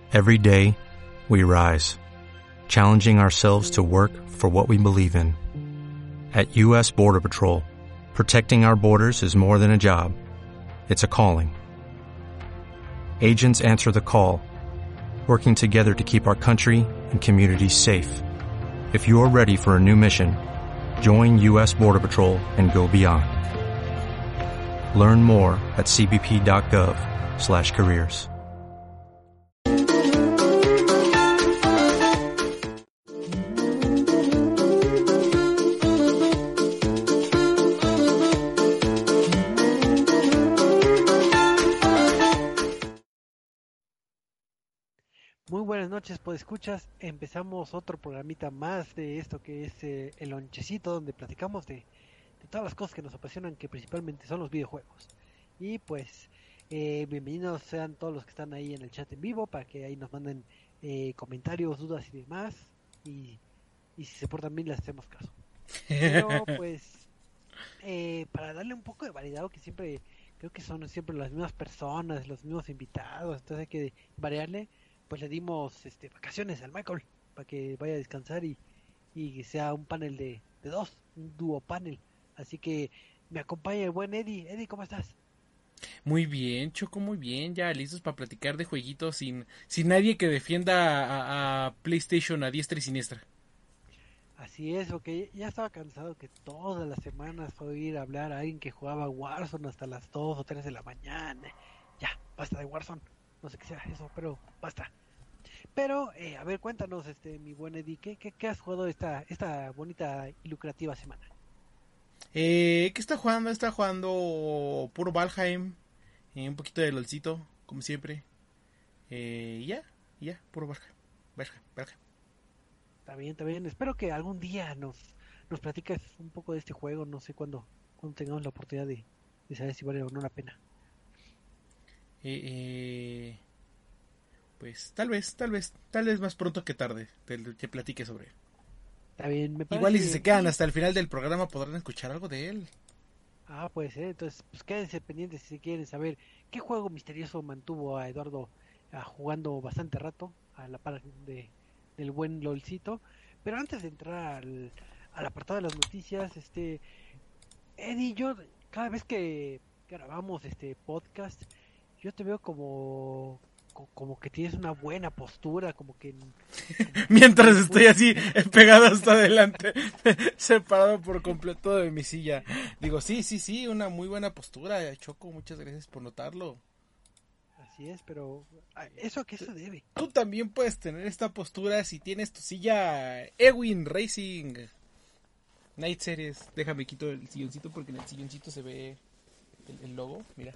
Every day, we rise, challenging ourselves to work for what we believe in. At U.S. Border Patrol, protecting our borders is more than a job. It's a calling. Agents answer the call, working together to keep our country and communities safe. If you're ready for a new mission, join U.S. Border Patrol and go beyond. Learn more at cbp.gov/careers. Muy buenas noches, pues escuchas. Empezamos otro programita más de esto que es el lonchecito, donde platicamos de todas las cosas que nos apasionan, que principalmente son los videojuegos. Y pues bienvenidos sean todos los que están ahí en el chat en vivo, para que ahí nos manden comentarios, dudas y demás. Y si se portan bien les hacemos caso. Pero pues para darle un poco de variedad, que siempre creo que son siempre las mismas personas, los mismos invitados, entonces hay que variarle. Pues le dimos vacaciones al Michael para que vaya a descansar y sea un panel de dos, un dúo panel. Así que me acompaña el buen Eddie. Eddie, ¿cómo estás? Muy bien, Choco, muy bien. Ya listos para platicar de jueguitos sin nadie que defienda a PlayStation a diestra y siniestra. Así es, porque ya estaba cansado que todas las semanas oír hablar a alguien que jugaba Warzone hasta las 2 o 3 de la mañana. Ya, basta de Warzone. No sé qué sea eso, pero basta. Pero, a ver, cuéntanos, mi buen Eddie, ¿qué has jugado esta bonita y lucrativa semana? ¿Qué está jugando? Está jugando puro Valheim, un poquito de LOLcito, como siempre. Ya, puro Valheim. Está bien, está bien. Espero que algún día nos platiques un poco de este juego, no sé cuándo tengamos la oportunidad de saber si vale o no la pena. Pues tal vez más pronto que tarde te platique sobre él. Está bien, me Igual y si parece se quedan muy... hasta el final del programa podrán escuchar algo de él. Ah, pues, entonces, pues quédense pendientes si quieren saber qué juego misterioso mantuvo a Eduardo jugando bastante rato a la par del buen LOLcito. Pero antes de entrar al apartado de las noticias, Eddie, yo cada vez que grabamos este podcast, yo te veo como que tienes una buena postura, como que Mientras estoy así pegado hasta adelante, separado por completo de mi silla. Digo, sí, una muy buena postura, Choco, muchas gracias por notarlo. Así es, pero ¿eso a qué se debe? Tú también puedes tener esta postura si tienes tu silla Ewin Racing Night Series. Déjame quito el silloncito porque en el silloncito se ve el logo. Mira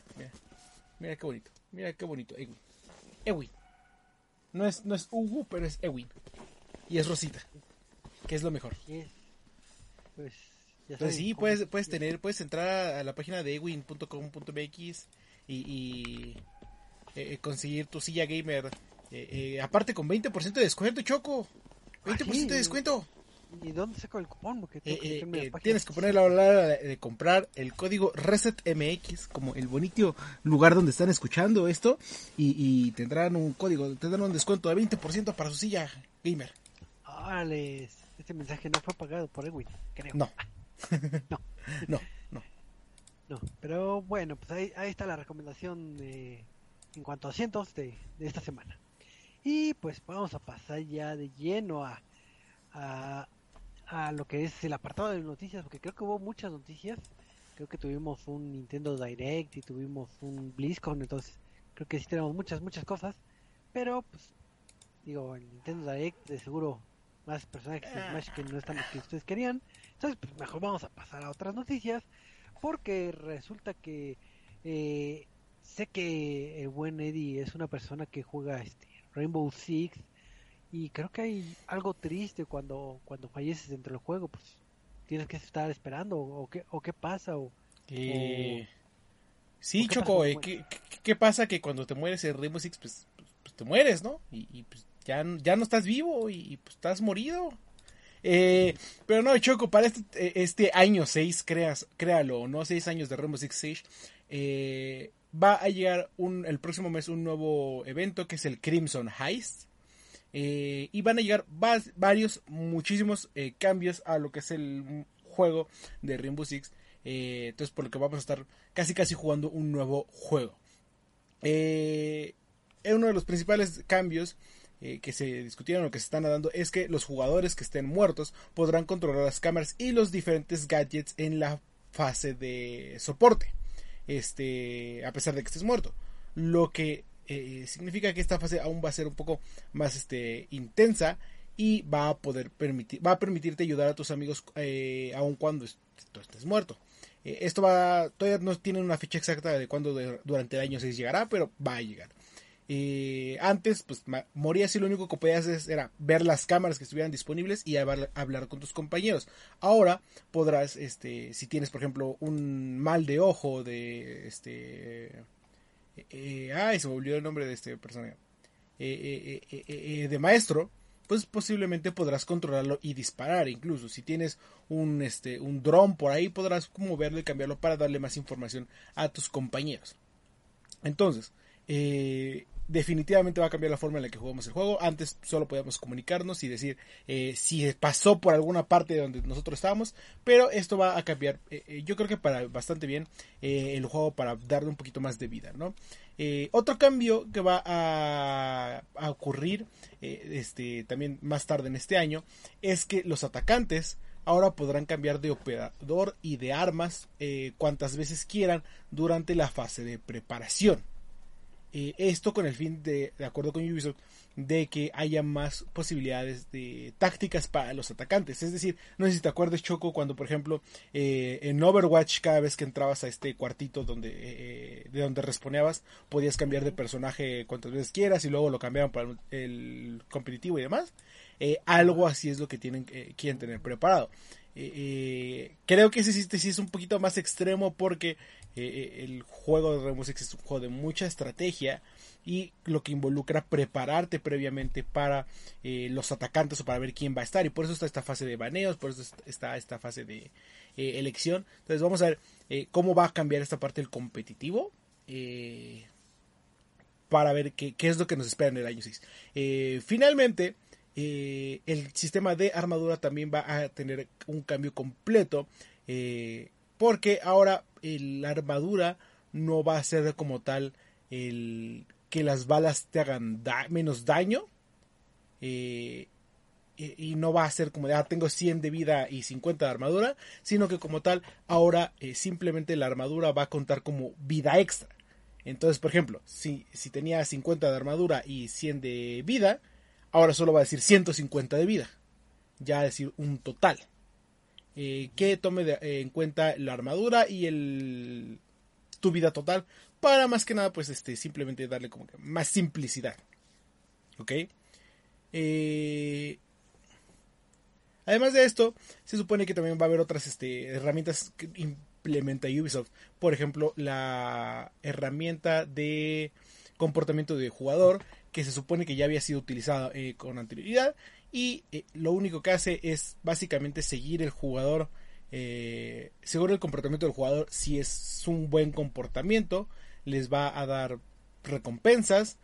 qué bonito, Ewin. No es Hugo, pero es Ewin. Y es Rosita, que es lo mejor. Así es. Pues ya Entonces sabes sí, cómo. puedes entrar a la página de ewin.com.mx y conseguir tu silla gamer. Aparte con 20% de descuento, Choco. 20% de descuento. ¿Y dónde saco el cupón? Porque tengo que meterme a la página. Tienes que poner la hora de comprar el código RESETMX como el bonito lugar donde están escuchando esto y tendrán un código, tendrán un descuento de 20% para su silla gamer. Órale, este mensaje no fue pagado por Edwin, creo. No. No. No. No, pero bueno, pues ahí está la recomendación en cuanto a asientos de esta semana. Y pues vamos a pasar ya de lleno a lo que es el apartado de noticias, porque creo que hubo muchas noticias. Creo que tuvimos un Nintendo Direct y tuvimos un BlizzCon, entonces creo que sí tenemos muchas cosas. Pero pues digo, el Nintendo Direct de seguro más personajes de Smash que no están los que ustedes querían. Entonces pues mejor vamos a pasar a otras noticias, porque resulta que sé que el buen Eddie es una persona que juega Rainbow Six. Y creo que hay algo triste cuando falleces dentro del juego, pues tienes que estar esperando o qué pasa o sí, qué pasa Choco, cuando mueres. ¿qué pasa? Que cuando te mueres en Rainbow Six, pues te mueres, ¿no? Y pues ya no estás vivo y pues estás morido. Pero no, Choco, para este año 6, créalo, ¿no? 6 años de Rainbow Six Siege, va a llegar el próximo mes un nuevo evento que es el Crimson Heist. Y van a llegar muchísimos cambios a lo que es el juego de Rainbow Six. Entonces por lo que vamos a estar casi jugando un nuevo juego. Uno de los principales cambios que se discutieron o que se están dando es que los jugadores que estén muertos podrán controlar las cámaras y los diferentes gadgets en la fase de soporte, a pesar de que estés muerto, lo que significa que esta fase aún va a ser un poco más intensa y va a permitirte ayudar a tus amigos aun cuando tú estés muerto. Esto todavía no tiene una fecha exacta de cuándo durante el año 6 llegará, pero va a llegar. Antes pues morías y lo único que podías hacer era ver las cámaras que estuvieran disponibles y hablar con tus compañeros. Ahora podrás, si tienes por ejemplo un mal de ojo de se me olvidó el nombre de este personaje, de maestro, pues posiblemente podrás controlarlo y disparar. Incluso si tienes un dron por ahí, podrás moverlo y cambiarlo para darle más información a tus compañeros. Entonces definitivamente va a cambiar la forma en la que jugamos el juego. Antes solo podíamos comunicarnos y decir si pasó por alguna parte de donde nosotros estábamos, pero esto va a cambiar, yo creo que para bastante bien el juego, para darle un poquito más de vida, ¿no? Otro cambio que va a ocurrir también más tarde en este año es que los atacantes ahora podrán cambiar de operador y de armas cuantas veces quieran durante la fase de preparación. Esto con el fin de acuerdo con Ubisoft, de que haya más posibilidades de tácticas para los atacantes. Es decir, no sé si te acuerdas, Choco, cuando por ejemplo en Overwatch, cada vez que entrabas a este cuartito de donde respawneabas, podías cambiar de personaje cuantas veces quieras y luego lo cambiaban para el competitivo y demás. Algo así es lo que quieren tener preparado. Creo que ese sí es un poquito más extremo, porque el juego de Rainbow Six es un juego de mucha estrategia y lo que involucra prepararte previamente para los atacantes o para ver quién va a estar, y por eso está esta fase de baneos, por eso está esta fase de elección. Entonces vamos a ver cómo va a cambiar esta parte del competitivo, para ver qué es lo que nos espera en el año 6. Finalmente el sistema de armadura también va a tener un cambio completo, porque ahora la armadura no va a ser como tal que las balas te hagan menos daño, y no va a ser como de tengo 100 de vida y 50 de armadura, sino que como tal ahora simplemente la armadura va a contar como vida extra. Entonces, por ejemplo, si tenía 50 de armadura y 100 de vida, ahora solo va a decir 150 de vida, ya a decir un total. Que tome en cuenta la armadura y tu vida total, para más que nada pues simplemente darle como que más simplicidad. ¿Ok? Además de esto, se supone que también va a haber otras herramientas que implementa Ubisoft. Por ejemplo, la herramienta de comportamiento de jugador, que se supone que ya había sido utilizada con anterioridad, y lo único que hace es básicamente seguir el jugador, según el comportamiento del jugador. Si es un buen comportamiento, les va a dar recompensas,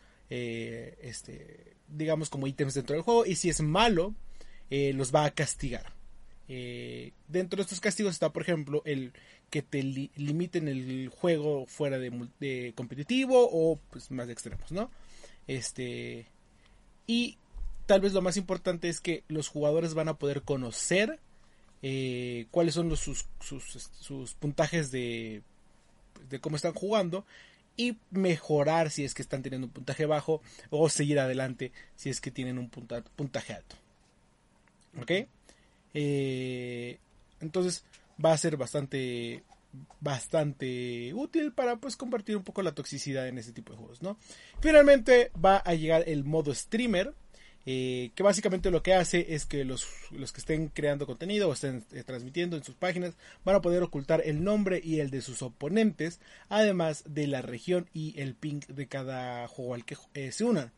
digamos como ítems dentro del juego, y si es malo, los va a castigar. Dentro de estos castigos está, por ejemplo, el que te limiten el juego fuera de competitivo o pues más de extremos, ¿no? Y tal vez lo más importante es que los jugadores van a poder conocer cuáles son sus puntajes de cómo están jugando, y mejorar si es que están teniendo un puntaje bajo, o seguir adelante si es que tienen un puntaje alto. ¿Ok? Entonces va a ser bastante útil para pues compartir un poco la toxicidad en este tipo de juegos, ¿no? Finalmente va a llegar el modo streamer, que básicamente lo que hace es que los que estén creando contenido o estén transmitiendo en sus páginas van a poder ocultar el nombre y el de sus oponentes, además de la región y el ping de cada juego al que se unan.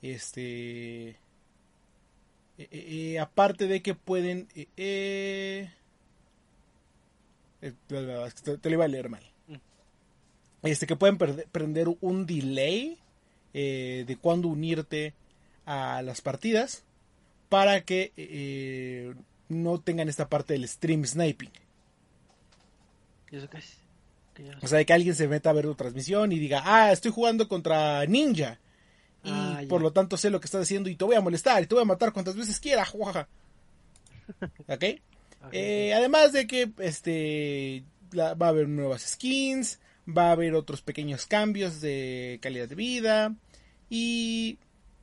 Aparte de que pueden te lo iba a leer mal. que pueden prender un delay de cuándo unirte a las partidas para que no tengan esta parte del stream sniping. ¿Y eso qué es? O sea, de que alguien se meta a ver tu transmisión y diga, estoy jugando contra Ninja y por lo tanto sé lo que estás haciendo y te voy a molestar y te voy a matar cuantas veces quiera. ¿Ok? Además de que va a haber nuevas skins, va a haber otros pequeños cambios de calidad de vida y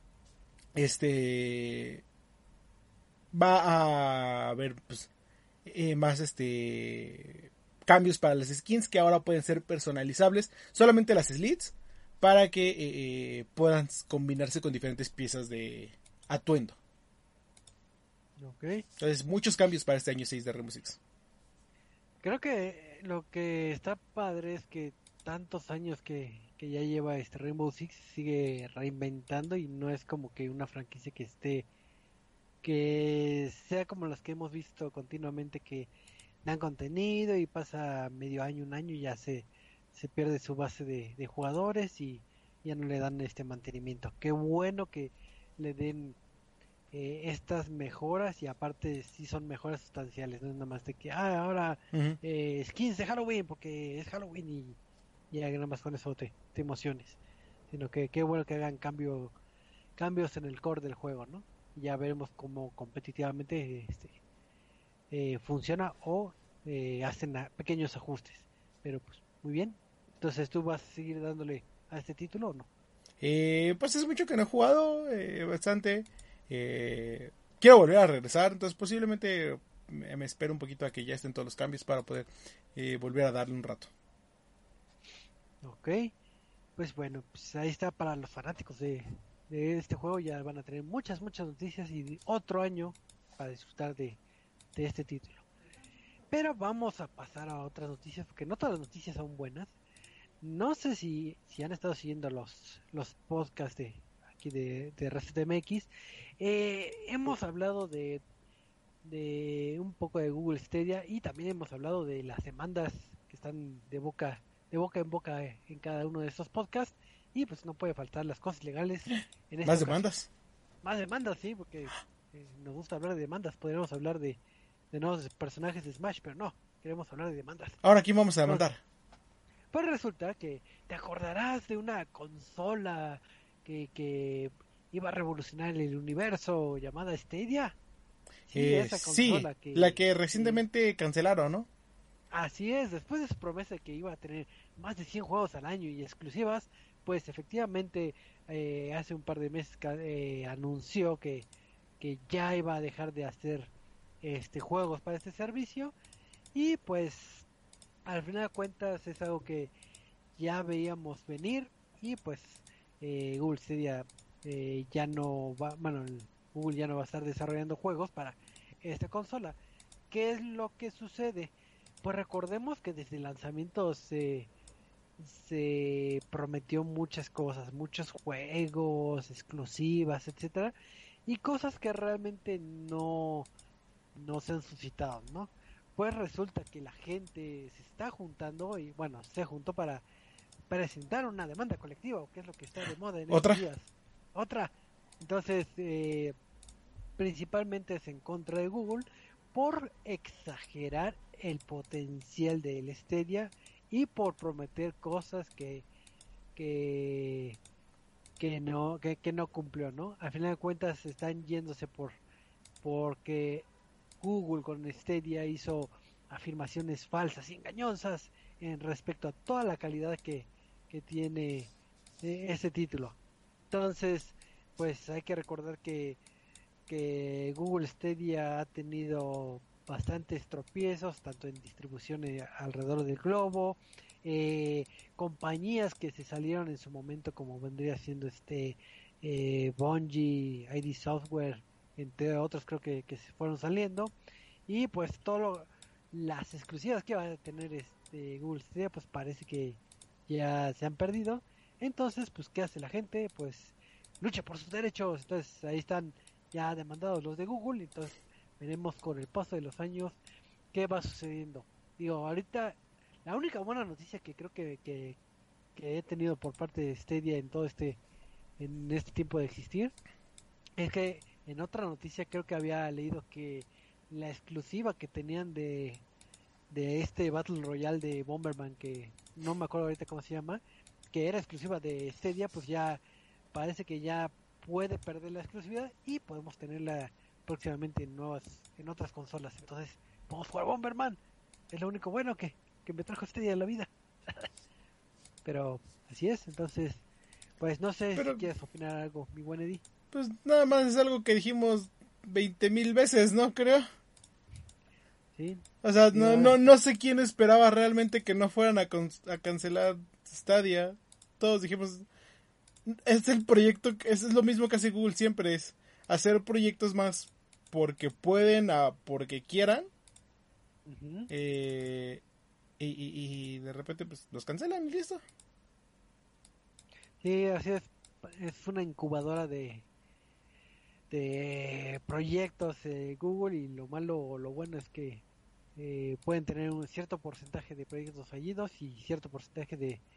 va a haber pues, más cambios para las skins que ahora pueden ser personalizables, solamente las slits, para que puedan combinarse con diferentes piezas de atuendo. Okay. Entonces, muchos cambios para este año 6 de Rainbow Six. Creo que lo que está padre es que tantos años que ya lleva Rainbow Six sigue reinventando y no es como que una franquicia que sea como las que hemos visto continuamente, que dan contenido y pasa medio año, un año y ya se pierde su base de jugadores y ya no le dan mantenimiento. Qué bueno que le den estas mejoras y aparte sí son mejoras sustanciales, no es nada más de que ahora skins de Halloween porque es Halloween y ya nada más con eso te emociones, sino que qué bueno que hagan cambios en el core del juego, ¿no? Ya veremos cómo competitivamente funciona o hacen pequeños ajustes, pero pues muy bien. Entonces, ¿tú vas a seguir dándole a este título o no? Pues es mucho que no he jugado, bastante. Quiero volver a regresar, entonces posiblemente me espero un poquito a que ya estén todos los cambios para poder volver a darle un rato. Ok, pues bueno, pues ahí está para los fanáticos de este juego, ya van a tener muchas noticias y otro año para disfrutar de este título. Pero vamos a pasar a otras noticias, porque no todas las noticias son buenas. No sé si han estado siguiendo los podcasts de aquí de ResetMX. Hemos hablado de un poco de Google Stadia y también hemos hablado de las demandas que están de boca en boca en cada uno de estos podcasts, y pues no puede faltar las cosas legales en esta ¿Más ocasión. demandas? Más demandas, sí, porque nos gusta hablar de demandas. Podríamos hablar de nuevos personajes de Smash, pero no, queremos hablar de demandas. Ahora, ¿quién vamos a demandar? Pues resulta que te acordarás de una consola que iba a revolucionar el universo llamada Stadia. Sí, esa consola sí, la que recientemente cancelaron, ¿no? Así es, después de su promesa de que iba a tener más de 100 juegos al año y exclusivas, pues efectivamente hace un par de meses anunció que ya iba a dejar de hacer juegos para este servicio, y pues al final de cuentas es algo que ya veíamos venir, y pues Google Stadia ya no va, bueno, Google ya no va a estar desarrollando juegos para esta consola. ¿Qué es lo que sucede? Pues recordemos que desde el lanzamiento se prometió muchas cosas, muchos juegos, exclusivas, etcétera, y cosas que realmente no se han suscitado, ¿no? Pues resulta que la gente se está juntando y bueno, se juntó para presentar una demanda colectiva, que es lo que está de moda en estos días. Otra. Entonces, principalmente es en contra de Google por exagerar el potencial del Stadia y por prometer cosas que no cumplió, ¿no? Al final de cuentas están yéndose porque Google con Stadia hizo afirmaciones falsas y engañosas en respecto a toda la calidad que tiene este título. Entonces, pues hay que recordar que Google Stadia ha tenido bastantes tropiezos, tanto en distribución alrededor del globo, compañías que se salieron en su momento, como vendría siendo Bungie, ID Software, entre otros, creo que se fueron saliendo, y pues las exclusivas que va a tener Google Stadia, pues parece que ya se han perdido. Entonces, pues ¿qué hace la gente? Pues lucha por sus derechos. Entonces ahí están ya demandados los de Google. Entonces veremos con el paso de los años qué va sucediendo. Digo, ahorita la única buena noticia que creo que que he tenido por parte de Stadia en este tiempo de existir, es que en otra noticia creo que había leído que la exclusiva que tenían de este Battle Royale de Bomberman, que no me acuerdo ahorita cómo se llama, que era exclusiva de Stadia, pues ya parece que ya puede perder la exclusividad y podemos tenerla próximamente en otras consolas. Entonces, vamos a jugar Bomberman. Es lo único bueno que me trajo Stadia en la vida. Pero así es, entonces, pues no sé Pero, si quieres opinar algo, mi buen Eddie. pues nada más es algo que dijimos 20,000 veces, ¿no? Creo. Sí, O sea, ya, no sé quién esperaba realmente que no fueran a cancelar Stadia. Todos dijimos, es el proyecto, es lo mismo que hace Google siempre, es hacer proyectos más porque pueden, porque quieran. uh-huh. Y de repente pues los cancelan y listo. Sí, así es una incubadora de proyectos Google, y lo malo o lo bueno es que pueden tener un cierto porcentaje de proyectos fallidos y cierto porcentaje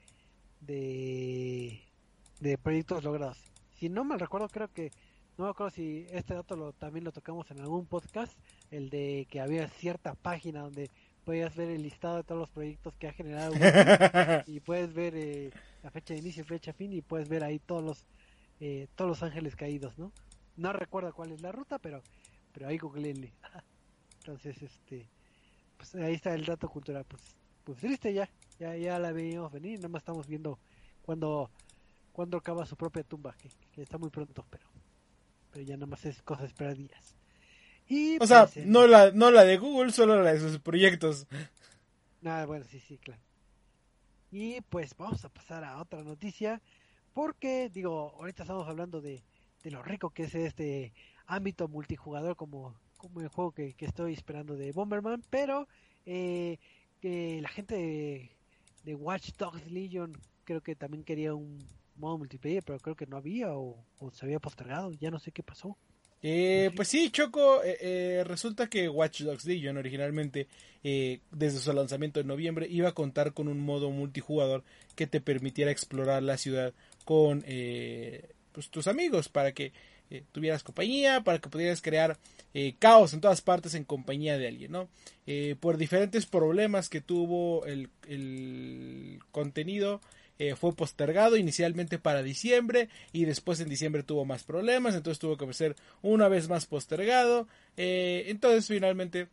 de, de proyectos logrados. Si no mal recuerdo, no me acuerdo si este dato también lo tocamos en algún podcast, el de que había cierta página donde podías ver el listado de todos los proyectos que ha generado Google y puedes ver la fecha de inicio, fecha fin, y puedes ver ahí todos los ángeles caídos, ¿no? No recuerdo cuál es la ruta, pero ahí googleenle. Entonces, pues ahí está el dato cultural. Pues triste ya la veíamos venir, nada más estamos viendo cuando acaba su propia tumba, que está muy pronto, pero ya nada más es cosa de esperar días. Y O sea, pues no la de Google, solo la de sus proyectos. nada, bueno, sí, claro. Y pues vamos a pasar a otra noticia, porque digo, ahorita estamos hablando de lo rico que es este ámbito multijugador como el juego que estoy esperando de Bomberman, pero que la gente de Watch Dogs Legion creo que también quería un modo multiplayer, pero creo que no había o se había postergado, ya no sé qué pasó. Pues sí, Choco, resulta que Watch Dogs Legion originalmente, desde su lanzamiento en noviembre, iba a contar con un modo multijugador que te permitiera explorar la ciudad con pues, tus amigos, para que tuvieras compañía, para que pudieras crear caos en todas partes en compañía de alguien, ¿no? Por diferentes problemas que tuvo el contenido, fue postergado inicialmente para diciembre y después en diciembre tuvo más problemas, entonces tuvo que ser una vez más postergado. Entonces finalmente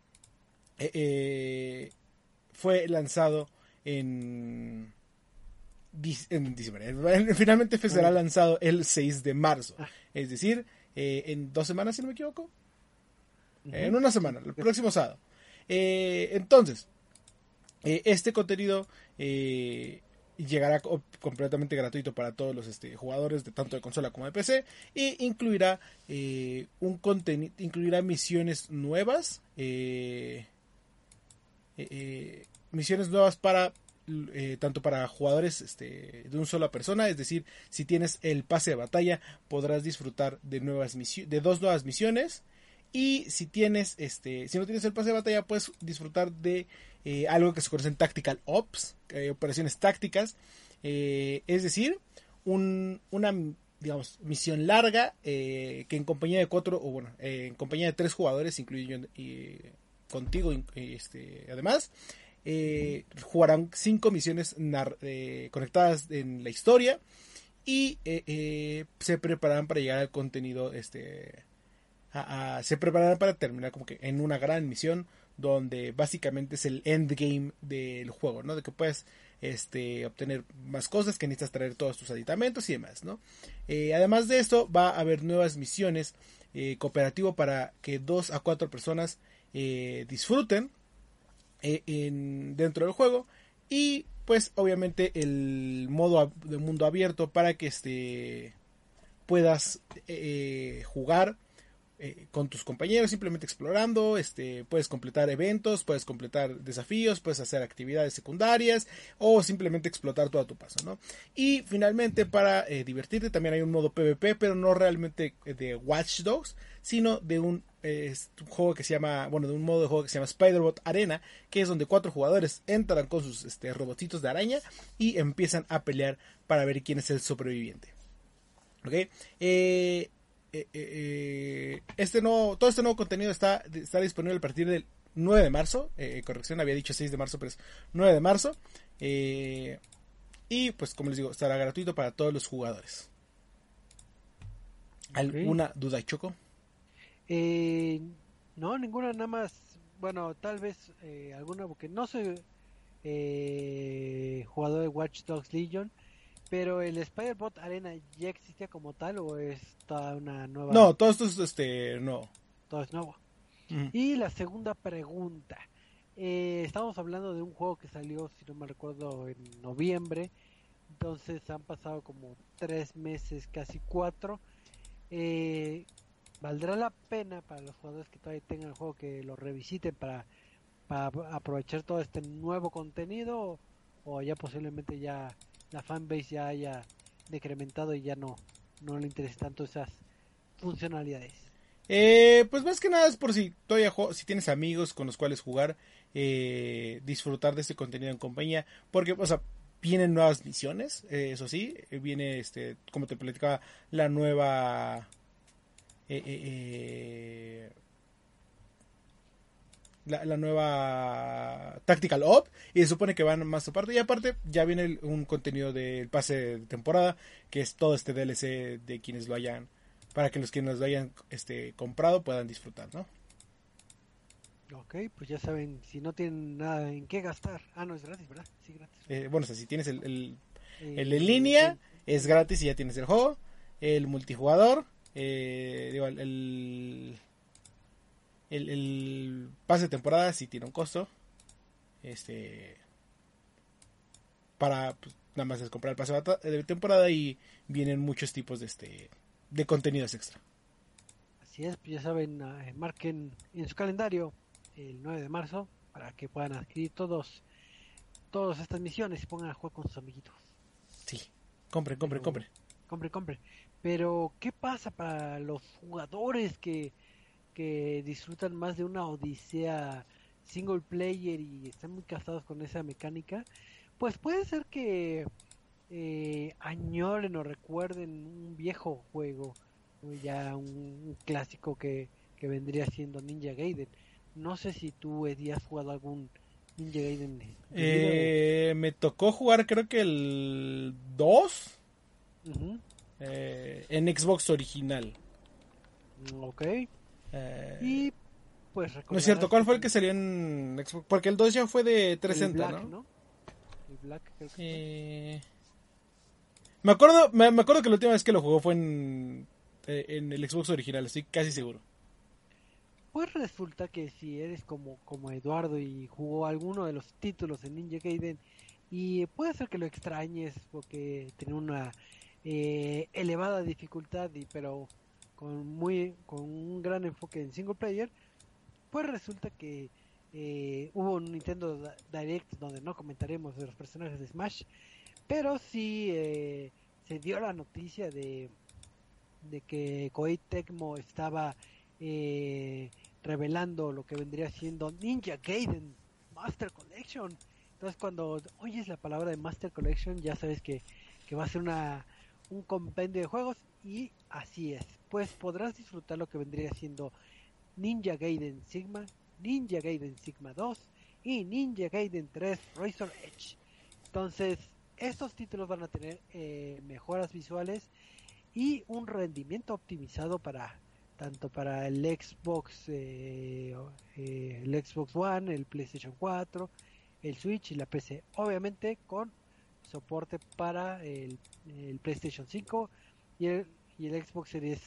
fue lanzado en diciembre. Finalmente será lanzado el 6 de marzo, es decir, en 2 semanas, si no me equivoco. En una semana, el próximo sábado. Entonces, este contenido llegará completamente gratuito para todos los jugadores de tanto de consola como de PC, y incluirá incluirá misiones nuevas, misiones nuevas para tanto para jugadores de una sola persona, es decir, si tienes el pase de batalla podrás disfrutar de de 2 nuevas misiones. Y si tienes si no tienes el pase de batalla, puedes disfrutar de algo que se conoce en Tactical Ops, operaciones tácticas, es decir, una digamos misión larga, que en compañía de 4 o bueno, en compañía de 3 jugadores, incluyendo contigo, además, jugarán 5 misiones conectadas en la historia, y se prepararán para llegar al contenido se prepararán para terminar como que en una gran misión, donde básicamente es el endgame del juego, ¿no? De que puedes obtener más cosas, que necesitas traer todos tus aditamentos y demás, ¿no? Además de esto, va a haber nuevas misiones cooperativo para que 2 a 4 personas disfruten dentro del juego, y pues obviamente el modo de mundo abierto para que puedas jugar con tus compañeros, simplemente explorando, puedes completar eventos, puedes completar desafíos, puedes hacer actividades secundarias o simplemente explotar todo a tu paso, ¿no? Y finalmente para divertirte también hay un modo PvP, pero no realmente de Watch Dogs, sino de un juego que se llama, bueno, de un modo de juego que se llama Spider-Bot Arena, que es donde 4 jugadores entran con sus robotitos de araña y empiezan a pelear para ver quién es el sobreviviente. ¿Ok? Todo este nuevo contenido está disponible a partir del 9 de marzo. Corrección, había dicho 6 de marzo, pero es 9 de marzo. Y pues como les digo, estará gratuito para todos los jugadores. ¿Alguna duda, Choco? No, ninguna, nada más. Bueno, tal vez alguna, porque no soy jugador de Watch Dogs Legion. Pero el Spider-Bot Arena ya existía como tal o es toda una nueva. No, todo esto es no. Todo es nuevo. Y la segunda pregunta. Estamos hablando de un juego que salió, si no me recuerdo, en noviembre. Entonces han pasado como 3 meses, casi 4. ¿Valdrá la pena para los jugadores que todavía tengan el juego que lo revisiten para aprovechar todo este nuevo contenido? O ya posiblemente ya la fanbase ya haya decrementado y ya no le interesa tanto esas funcionalidades. Pues más que nada es por si todavía si tienes amigos con los cuales jugar, disfrutar de este contenido en compañía, porque, o sea, vienen nuevas misiones, eso sí, viene, como te platicaba, la nueva la nueva Tactical Op, y se supone que van más aparte, y aparte ya viene un contenido del pase de temporada, que es todo este DLC de quienes lo hayan, para que los quienes lo hayan comprado puedan disfrutar, ¿no? Ok, pues ya saben, si no tienen nada en qué gastar. No, es gratis, ¿verdad? Sí, gratis. Bueno, o sea, si tienes el en línea, es gratis y ya tienes el juego. El multijugador, digo, el pase de temporada sí tiene un costo. Para pues, nada más es comprar el pase de temporada y vienen muchos tipos de contenidos extra. Así es, pues ya saben, marquen en su calendario el 9 de marzo para que puedan adquirir todas estas misiones y pongan a jugar con sus amiguitos. Sí, compre. Pero, ¿qué pasa para los jugadores que disfrutan más de una odisea single player y están muy casados con esa mecánica? Pues puede ser que añoren o recuerden un viejo juego, ya un clásico que vendría siendo Ninja Gaiden. No sé si tú, Eddie, has jugado algún Ninja Gaiden. Me tocó jugar creo que el 2 en Xbox original. Ok. Y pues no es cierto, ¿cuál fue el que salió en Xbox? Porque el 2 ya fue de 360, Black, ¿no? El Black, creo que me acuerdo que la última vez que lo jugó fue en el Xbox original, estoy casi seguro. Pues resulta que si eres como Eduardo y jugó alguno de los títulos en Ninja Gaiden, y puede ser que lo extrañes porque tiene una elevada dificultad, pero con un gran enfoque en single player, pues resulta que hubo un Nintendo Direct donde no comentaremos de los personajes de Smash, pero sí se dio la noticia de que Koei Tecmo estaba revelando lo que vendría siendo Ninja Gaiden Master Collection. Entonces cuando oyes la palabra de Master Collection ya sabes que va a ser un compendio de juegos, y así es, pues podrás disfrutar lo que vendría siendo Ninja Gaiden Sigma, Ninja Gaiden Sigma 2 y Ninja Gaiden 3 Razor Edge. Entonces estos títulos van a tener mejoras visuales y un rendimiento optimizado tanto para el Xbox One, el PlayStation 4, el Switch y la PC, obviamente con soporte para el PlayStation 5 y el Xbox Series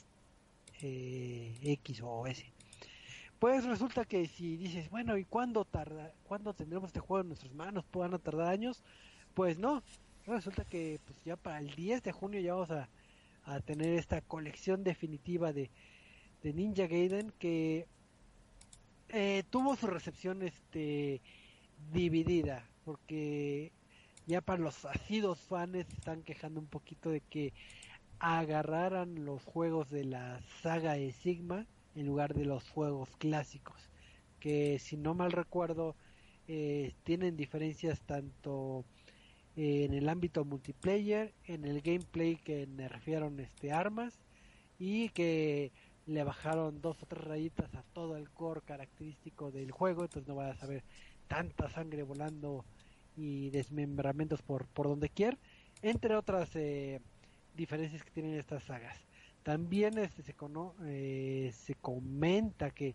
X o S. Pues resulta que si dices, bueno, ¿y cuándo tendremos este juego en nuestras manos? ¿Van a tardar años? Pues no, resulta que pues ya para el 10 de junio ya vamos a tener esta colección definitiva de de Ninja Gaiden, que tuvo su recepción dividida, porque ya para los asiduos fans están quejando un poquito de que agarraran los juegos de la saga de Sigma en lugar de los juegos clásicos, que si no mal recuerdo tienen diferencias tanto en el ámbito multiplayer, en el gameplay que nerfearon armas, y que le bajaron 2 o 3 rayitas a todo el core característico del juego, entonces no vas a ver tanta sangre volando y desmembramientos por donde quiera, entre otras diferencias que tienen estas sagas. También se comenta que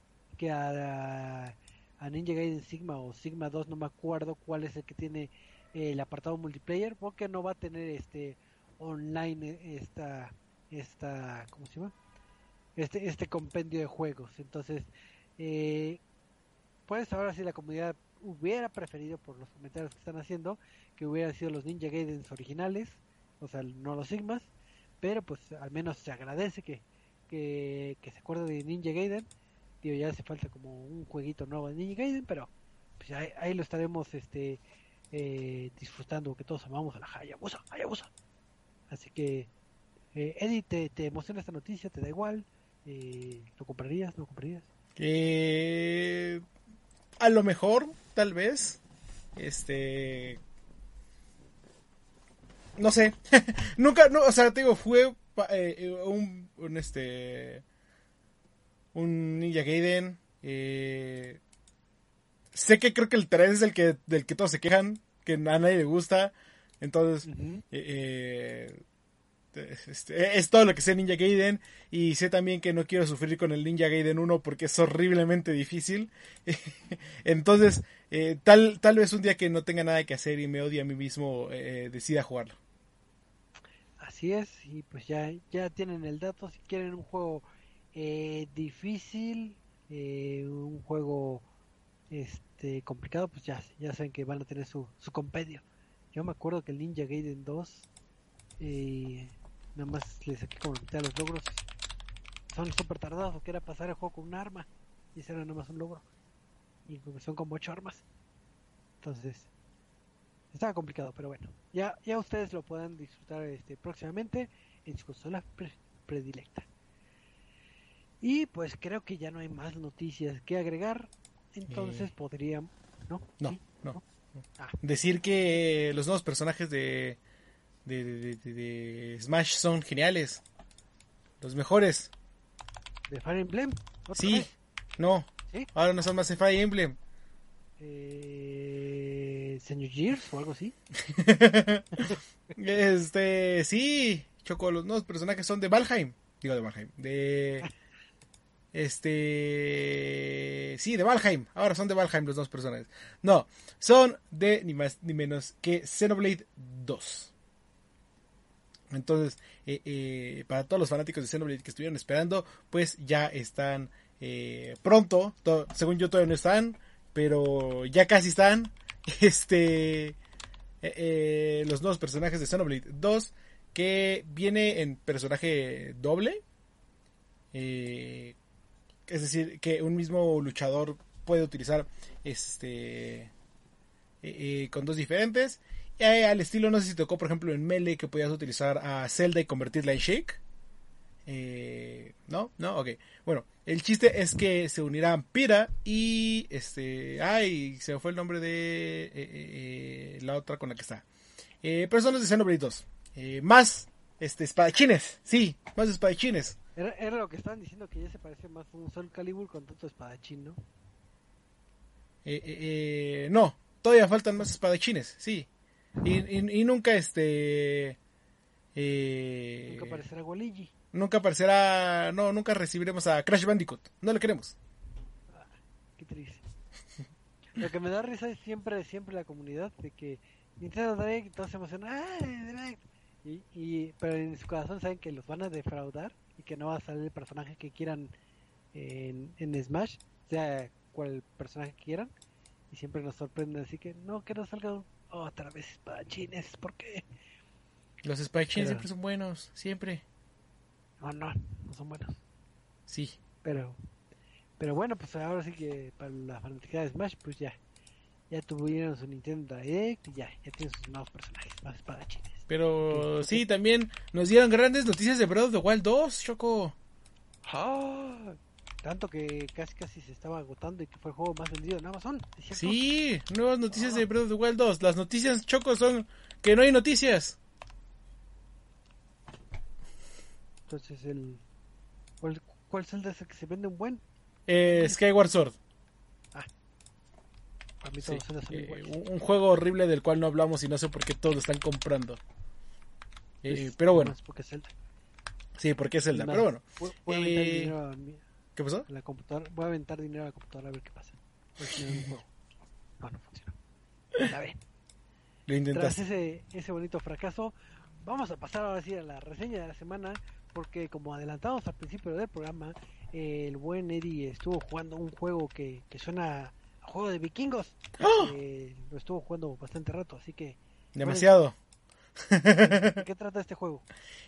a Ninja Gaiden Sigma o Sigma 2, no me acuerdo cuál es el que tiene el apartado multiplayer, porque no va a tener online ¿cómo se llama? Este compendio de juegos. Entonces pues ahora sí la comunidad hubiera preferido, por los comentarios que están haciendo, que hubiera sido los Ninja Gaidens originales, o sea, no los Sigmas, pero pues al menos se agradece que se acuerde de Ninja Gaiden. Digo, ya hace falta como un jueguito nuevo de Ninja Gaiden, pero pues ahí lo estaremos disfrutando, que todos amamos a la Hayabusa. Así que Eddie, ¿te emociona esta noticia? ¿Te da igual? ¿Lo comprarías? ¿No lo comprarías? A lo mejor, tal vez, no sé, nunca, no, o sea, te digo, fue un Ninja Gaiden, sé que creo que el 3 es del que todos se quejan, que a nadie le gusta, entonces, Uh-huh. es todo lo que sé Ninja Gaiden, y sé también que no quiero sufrir con el Ninja Gaiden 1 porque es horriblemente difícil. Entonces tal vez un día que no tenga nada que hacer y me odie a mí mismo, decida jugarlo. Así es, y pues ya tienen el dato. Si quieren un juego difícil, un juego complicado, pues ya saben que van a tener su compendio. Yo me acuerdo que el Ninja Gaiden 2 nada más le saqué como la mitad de los logros. Son súper tardados, porque era pasar el juego con un arma, y ese era nada más un logro, y son como 8 armas. Entonces estaba complicado, pero bueno, ya ustedes lo puedan disfrutar próximamente en su consola predilecta. Y pues creo que ya no hay más noticias que agregar. Entonces podríamos... ¿No? No, ¿Sí? no. Ah, Decir que los nuevos personajes de Smash son geniales, los mejores. ¿de Fire Emblem? Sí, vez? no, ¿Sí? ahora no son más de Fire Emblem. ¿Señor Gears o algo así? Sí, Choco, los nuevos personajes son de Valheim. Digo de Valheim. Sí, de Valheim. Ahora son de Valheim los dos personajes. No, son de ni más ni menos que Xenoblade 2. Entonces, para todos los fanáticos de Xenoblade que estuvieron esperando, pues ya están pronto. Según yo todavía no están, pero ya casi están. Los nuevos personajes de Xenoblade 2, que viene en personaje doble. Es decir, que un mismo luchador puede utilizar con dos diferentes. Al estilo, no sé si tocó, por ejemplo, en Melee, que podías utilizar a Zelda y convertirla en Shake. ¿No? Ok. Bueno, el chiste es que se unirán Pira y se me fue el nombre de la otra con la que está. Personas de Xenoblade 2. Más espadachines. Sí, más espadachines. Era lo que estaban diciendo, que ya se parece más a un Soul Calibur con tanto espadachín, ¿no? No, todavía faltan más espadachines, sí. Y nunca Nunca aparecerá Waluigi. nunca aparecerá, no, nunca recibiremos a Crash Bandicoot, no le queremos. Qué triste. Lo que me da risa es siempre la comunidad de que Nintendo Direct, todos se emocionan, Direct! Pero en su corazón saben que los van a defraudar y que no va a salir el personaje que quieran en Smash, sea cual personaje quieran, y siempre nos sorprenden, así que no salga otra vez espadachines, ¿por qué? Los espadachines siempre son buenos, siempre. No son buenos. Sí. Pero bueno, pues ahora sí que para la fanaticada de Smash, pues ya tuvieron su Nintendo Direct y ya tienen sus nuevos personajes, más espadachines. Pero ¿Qué? sí, también nos dieron grandes noticias de Breath of the Wild 2, Choco. ¡Ah! Tanto que casi se estaba agotando y que fue el juego más vendido en Amazon, ¿es cierto? Sí, nuevas noticias Ah. de Breath of the Wild 2. Las noticias, Choco, son que no hay noticias. Entonces ¿cuál Zelda es el que se vende un buen? Skyward Sword. Para mí Sí, todos Zelda son iguales. un juego horrible del cual no hablamos y no sé por qué todos lo están comprando. Pues, Pero bueno, más porque es Zelda. sí, porque es Zelda, Es más, pero bueno. voy a aventar dinero ¿Qué pasó? a la computadora. Voy a aventar dinero a la computadora a ver qué pasa. A ver si me da un juego. No funcionó. Está bien. Lo Tras intentaste. ese bonito fracaso, vamos a pasar ahora sí a la reseña de la semana, porque como adelantamos al principio del programa, el buen Eddie estuvo jugando un juego que suena a juego de vikingos. ¡Oh! Lo estuvo jugando bastante rato, así que... Demasiado. ¿De qué trata este juego?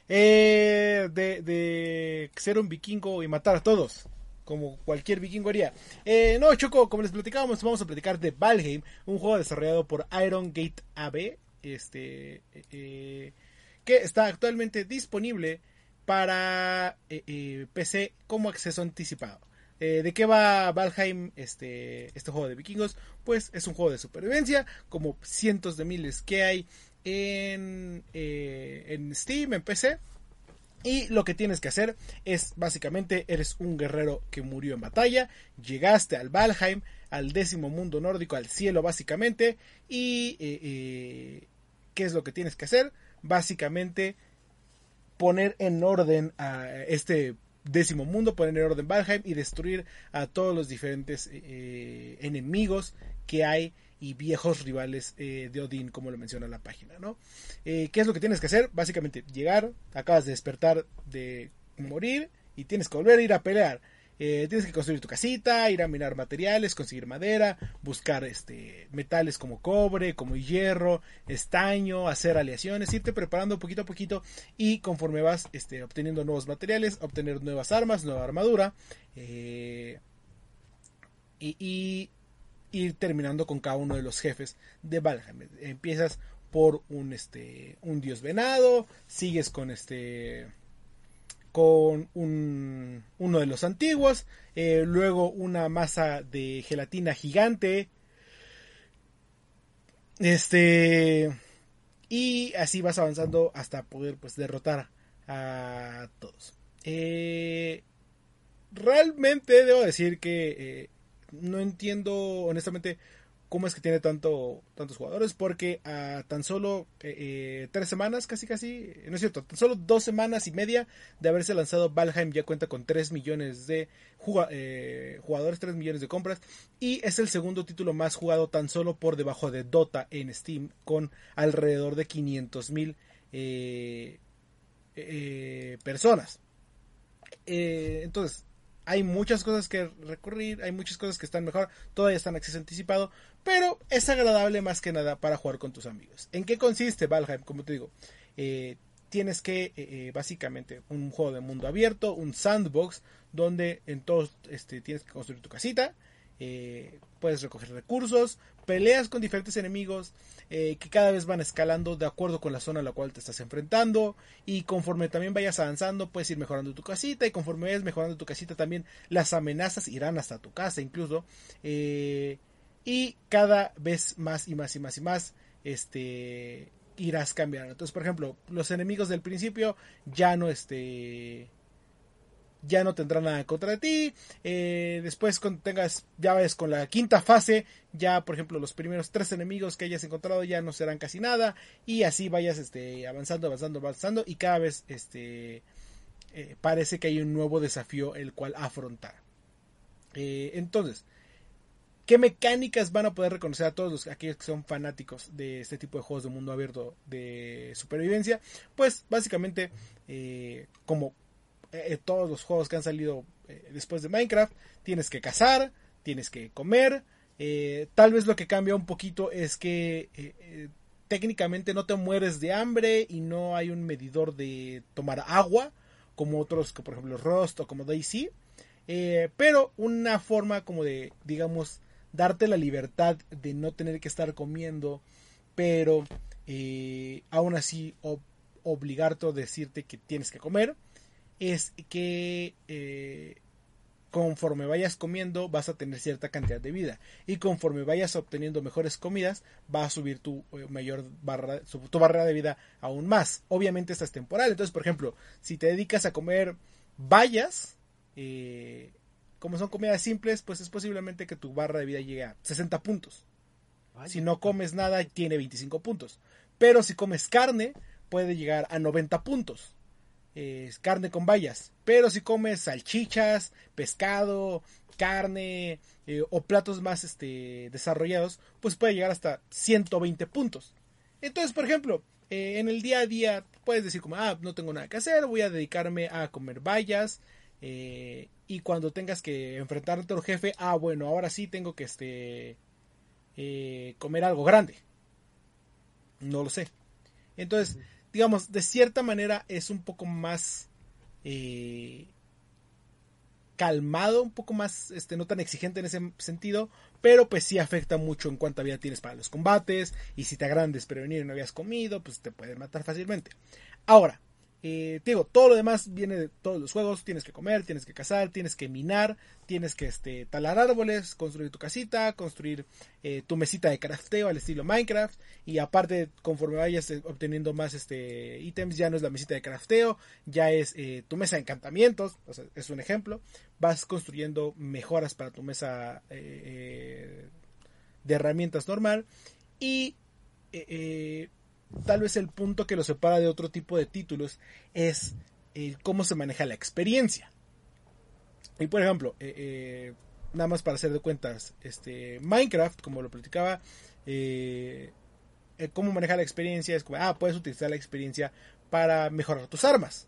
De ser un vikingo y matar a todos, como cualquier vikingo haría. No, Choco, como les platicábamos, vamos a platicar de Valheim, un juego desarrollado por Iron Gate AB, que está actualmente disponible para PC como acceso anticipado. ¿De qué va Valheim, este juego de vikingos? Pues es un juego de supervivencia, como cientos de miles que hay en Steam, en PC. Y lo que tienes que hacer es, básicamente, eres un guerrero que murió en batalla, llegaste al Valheim, al 10º mundo nórdico, al cielo básicamente, y ¿qué es lo que tienes que hacer? Básicamente poner en orden a este 10º mundo, poner en orden Valheim y destruir a todos los diferentes enemigos que hay y viejos rivales de Odín, como lo menciona la página, ¿no? ¿Qué es lo que tienes que hacer? Básicamente llegar, acabas de despertar de morir y tienes que volver a ir a pelear. Tienes que construir tu casita, ir a minar materiales, conseguir madera, buscar metales como cobre, como hierro, estaño, hacer aleaciones, irte preparando poquito a poquito y conforme vas obteniendo nuevos materiales, obtener nuevas armas, nueva armadura y ir terminando con cada uno de los jefes de Valheim. Empiezas por un dios venado, sigues con uno de los antiguos, luego una masa de gelatina gigante, y así vas avanzando hasta poder pues derrotar a todos. Realmente debo decir que no entiendo honestamente cómo es que tiene tantos jugadores, porque a tan solo 3 semanas, casi, no es cierto, tan solo 2 semanas y media de haberse lanzado, Valheim ya cuenta con 3 millones de jugadores, 3 millones de compras, y es el segundo título más jugado tan solo por debajo de Dota en Steam, con alrededor de 500,000 personas. Entonces, hay muchas cosas que recurrir, hay muchas cosas que están mejor, todavía están en acceso anticipado, pero es agradable más que nada para jugar con tus amigos. ¿En qué consiste Valheim? Como te digo, tienes que, básicamente, un juego de mundo abierto, un sandbox, donde en todos tienes que construir tu casita, puedes recoger recursos, peleas con diferentes enemigos que cada vez van escalando de acuerdo con la zona a la cual te estás enfrentando, y conforme también vayas avanzando puedes ir mejorando tu casita, y conforme vayas mejorando tu casita también las amenazas irán hasta tu casa incluso, y cada vez más y más y más y más irás cambiando. Entonces, por ejemplo, los enemigos del principio ya no ya no tendrá nada contra ti. Después cuando ya ves con la quinta fase, ya por ejemplo los primeros 3 enemigos que hayas encontrado ya no serán casi nada, y así vayas avanzando y cada vez parece que hay un nuevo desafío el cual afrontar. Entonces, ¿qué mecánicas van a poder reconocer a todos aquellos que son fanáticos de este tipo de juegos de mundo abierto de supervivencia? Pues básicamente, como todos los juegos que han salido después de Minecraft, tienes que cazar, tienes que comer. Tal vez lo que cambia un poquito es que técnicamente no te mueres de hambre y no hay un medidor de tomar agua como otros, que por ejemplo Rust o como DayZ. Pero una forma como de, digamos, darte la libertad de no tener que estar comiendo, pero aún así obligarte o decirte que tienes que comer, es que conforme vayas comiendo vas a tener cierta cantidad de vida, y conforme vayas obteniendo mejores comidas va a subir tu tu barra de vida aún más. Obviamente esta es temporal, entonces por ejemplo, si te dedicas a comer bayas, como son comidas simples, pues es posiblemente que tu barra de vida llegue a 60 puntos. Vaya. Si no comes nada, tiene 25 puntos. Pero si comes carne, puede llegar a 90 puntos. Es carne con bayas. Pero si comes salchichas, pescado, carne o platos más desarrollados, pues puede llegar hasta 120 puntos. Entonces, por ejemplo, en el día a día puedes decir como, no tengo nada que hacer, voy a dedicarme a comer bayas. Y cuando tengas que enfrentarte al jefe, bueno, ahora sí tengo que comer algo grande. No lo sé. Entonces, digamos, de cierta manera es un poco más calmado, un poco más no tan exigente en ese sentido, pero pues sí afecta mucho en cuánta vida tienes para los combates, y si te agradan desprevenir y no habías comido, pues te pueden matar fácilmente. Ahora, te digo, todo lo demás viene de todos los juegos. Tienes que comer, tienes que cazar, tienes que minar, tienes que talar árboles, construir tu casita, construir tu mesita de crafteo al estilo Minecraft, y aparte conforme vayas obteniendo más ítems, ya no es la mesita de crafteo, ya es tu mesa de encantamientos, o sea, es un ejemplo. Vas construyendo mejoras para tu mesa de herramientas normal, y tal vez el punto que lo separa de otro tipo de títulos es cómo se maneja la experiencia. Y por ejemplo, nada más para hacer de cuentas, Minecraft, como lo platicaba, cómo manejar la experiencia es como, puedes utilizar la experiencia para mejorar tus armas.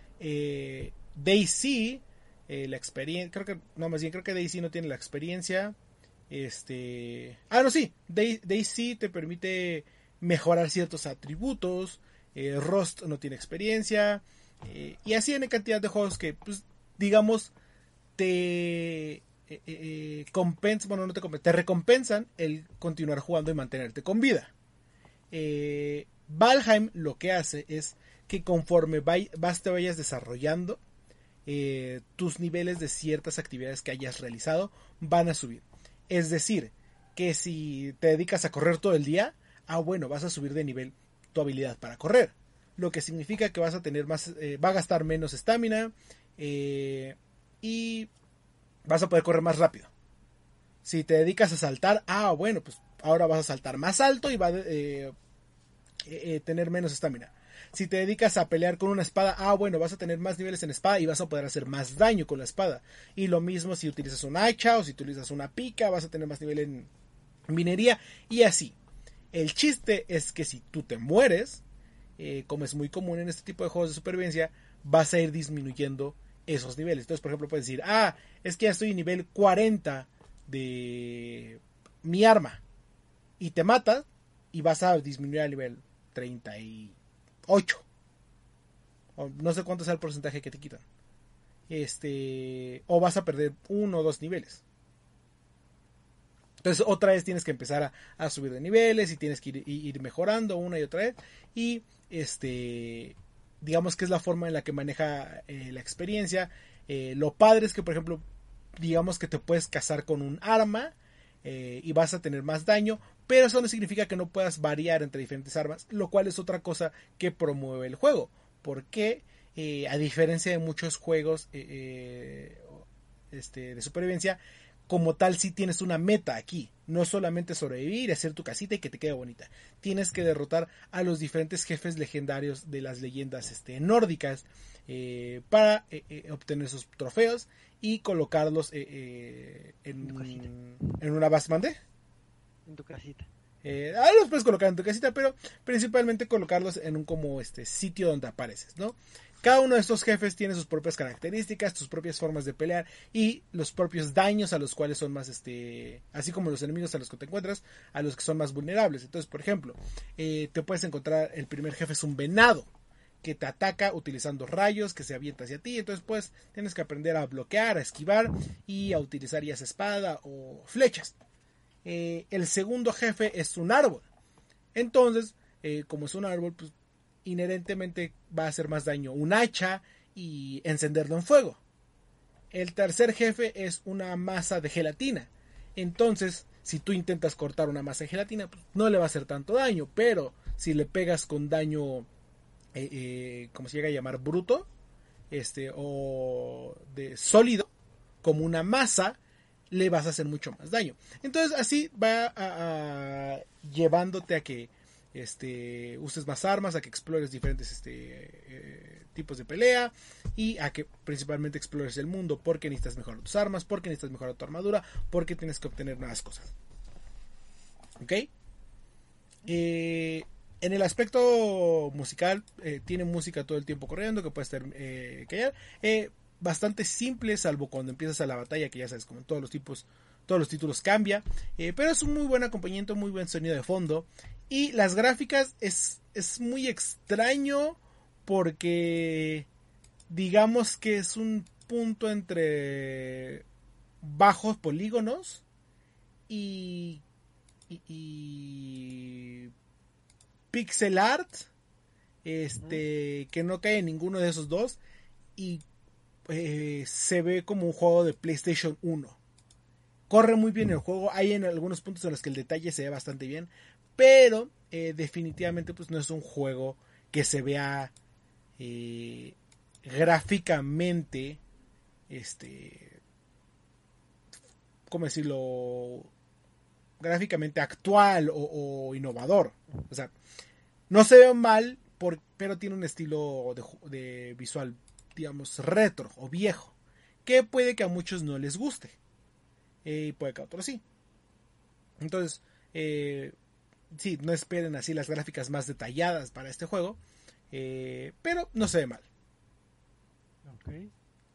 DayZ, la experiencia, creo que DayZ no tiene la experiencia. No, sí, DayZ te permite mejorar ciertos atributos. Rust no tiene experiencia, y así en cantidad de juegos que, pues, digamos, te te recompensan el continuar jugando y mantenerte con vida. Valheim lo que hace es que conforme te vayas desarrollando, tus niveles de ciertas actividades que hayas realizado van a subir. Es decir, que si te dedicas a correr todo el día, bueno, vas a subir de nivel tu habilidad para correr, lo que significa que vas a tener más, va a gastar menos estamina, y vas a poder correr más rápido. Si te dedicas a saltar, bueno, pues ahora vas a saltar más alto y va a tener menos estamina. Si te dedicas a pelear con una espada, bueno, vas a tener más niveles en espada y vas a poder hacer más daño con la espada. Y lo mismo si utilizas un hacha o si utilizas una pica, vas a tener más nivel en minería, y así. El chiste es que si tú te mueres, como es muy común en este tipo de juegos de supervivencia, vas a ir disminuyendo esos niveles. Entonces, por ejemplo, puedes decir, es que ya estoy en nivel 40 de mi arma, y te matas y vas a disminuir al nivel 38. O no sé cuánto sea el porcentaje que te quitan. O vas a perder 1 o 2 niveles. Entonces otra vez tienes que empezar a subir de niveles, y tienes que ir mejorando una y otra vez. Y digamos que es la forma en la que maneja la experiencia. Lo padre es que, por ejemplo, digamos que te puedes cazar con un arma, y vas a tener más daño, pero eso no significa que no puedas variar entre diferentes armas, lo cual es otra cosa que promueve el juego. Porque a diferencia de muchos juegos de supervivencia, como tal, sí tienes una meta aquí. No solamente sobrevivir y hacer tu casita y que te quede bonita. Tienes que derrotar a los diferentes jefes legendarios de las leyendas nórdicas, para obtener sus trofeos y colocarlos en una base. ¿Mande? En tu casita. Los puedes colocar en tu casita, pero principalmente colocarlos en un sitio donde apareces, ¿no? Cada uno de estos jefes tiene sus propias características, sus propias formas de pelear y los propios daños a los cuales son más, así como los enemigos a los que te encuentras, a los que son más vulnerables. Entonces, por ejemplo, te puedes encontrar, el primer jefe es un venado, que te ataca utilizando rayos que se avienta hacia ti. Entonces pues tienes que aprender a bloquear, a esquivar y a utilizar ya esa espada o flechas. El segundo jefe es un árbol. Entonces, como es un árbol, pues inherentemente va a hacer más daño un hacha y encenderlo en fuego. El tercer jefe es una masa de gelatina. Entonces, si tú intentas cortar una masa de gelatina, pues no le va a hacer tanto daño. Pero si le pegas con daño, como se llega a llamar, bruto, o de sólido, como una masa, le vas a hacer mucho más daño. Entonces así va llevándote a que uses más armas, a que explores diferentes tipos de pelea y a que principalmente explores el mundo, porque necesitas mejorar tus armas, porque necesitas mejorar tu armadura, porque tienes que obtener nuevas cosas. ¿Ok? En el aspecto musical, tiene música todo el tiempo corriendo que puedes callar. Bastante simple, salvo cuando empiezas a la batalla, que ya sabes, como en todos los títulos cambia. Pero es un muy buen acompañamiento, muy buen sonido de fondo. Y las gráficas es muy extraño porque digamos que es un punto entre bajos polígonos y pixel art, que no cae en ninguno de esos dos, y se ve como un juego de PlayStation 1. Corre muy bien el juego, hay en algunos puntos en los que el detalle se ve bastante bien, pero definitivamente pues no es un juego que se vea gráficamente, ¿cómo decirlo? Gráficamente actual o innovador. O sea, no se ve mal, pero tiene un estilo de visual, digamos, retro o viejo, que puede que a muchos no les guste, y puede que a otros sí. Entonces, sí, no esperen así las gráficas más detalladas para este juego, pero no se ve mal. Okay.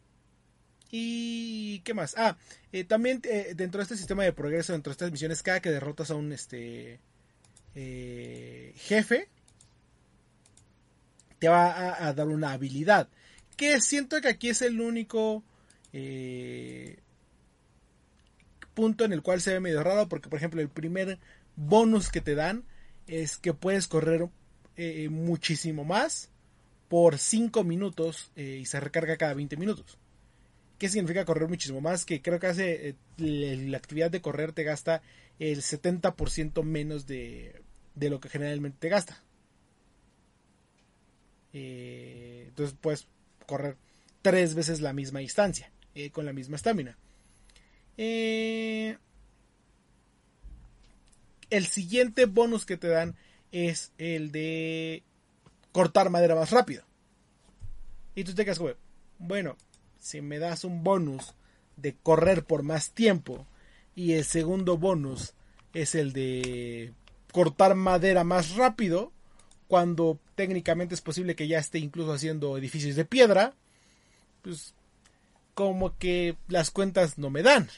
¿Y qué más? También dentro de este sistema de progreso, dentro de estas misiones, cada que derrotas a un jefe, te va a dar una habilidad. Que siento que aquí es el único punto en el cual se ve medio raro. Porque, por ejemplo, el primer bonus que te dan es que puedes correr muchísimo más por 5 minutos y se recarga cada 20 minutos. ¿Qué significa correr muchísimo más? Que creo que hace la actividad de correr te gasta el 70% menos de lo que generalmente te gasta. Entonces puedes correr 3 veces la misma distancia con la misma estamina. El siguiente bonus que te dan es el de cortar madera más rápido. Y tú te quedas como, bueno, si me das un bonus de correr por más tiempo y el segundo bonus es el de cortar madera más rápido, cuando técnicamente es posible que ya esté incluso haciendo edificios de piedra, pues como que las cuentas no me dan.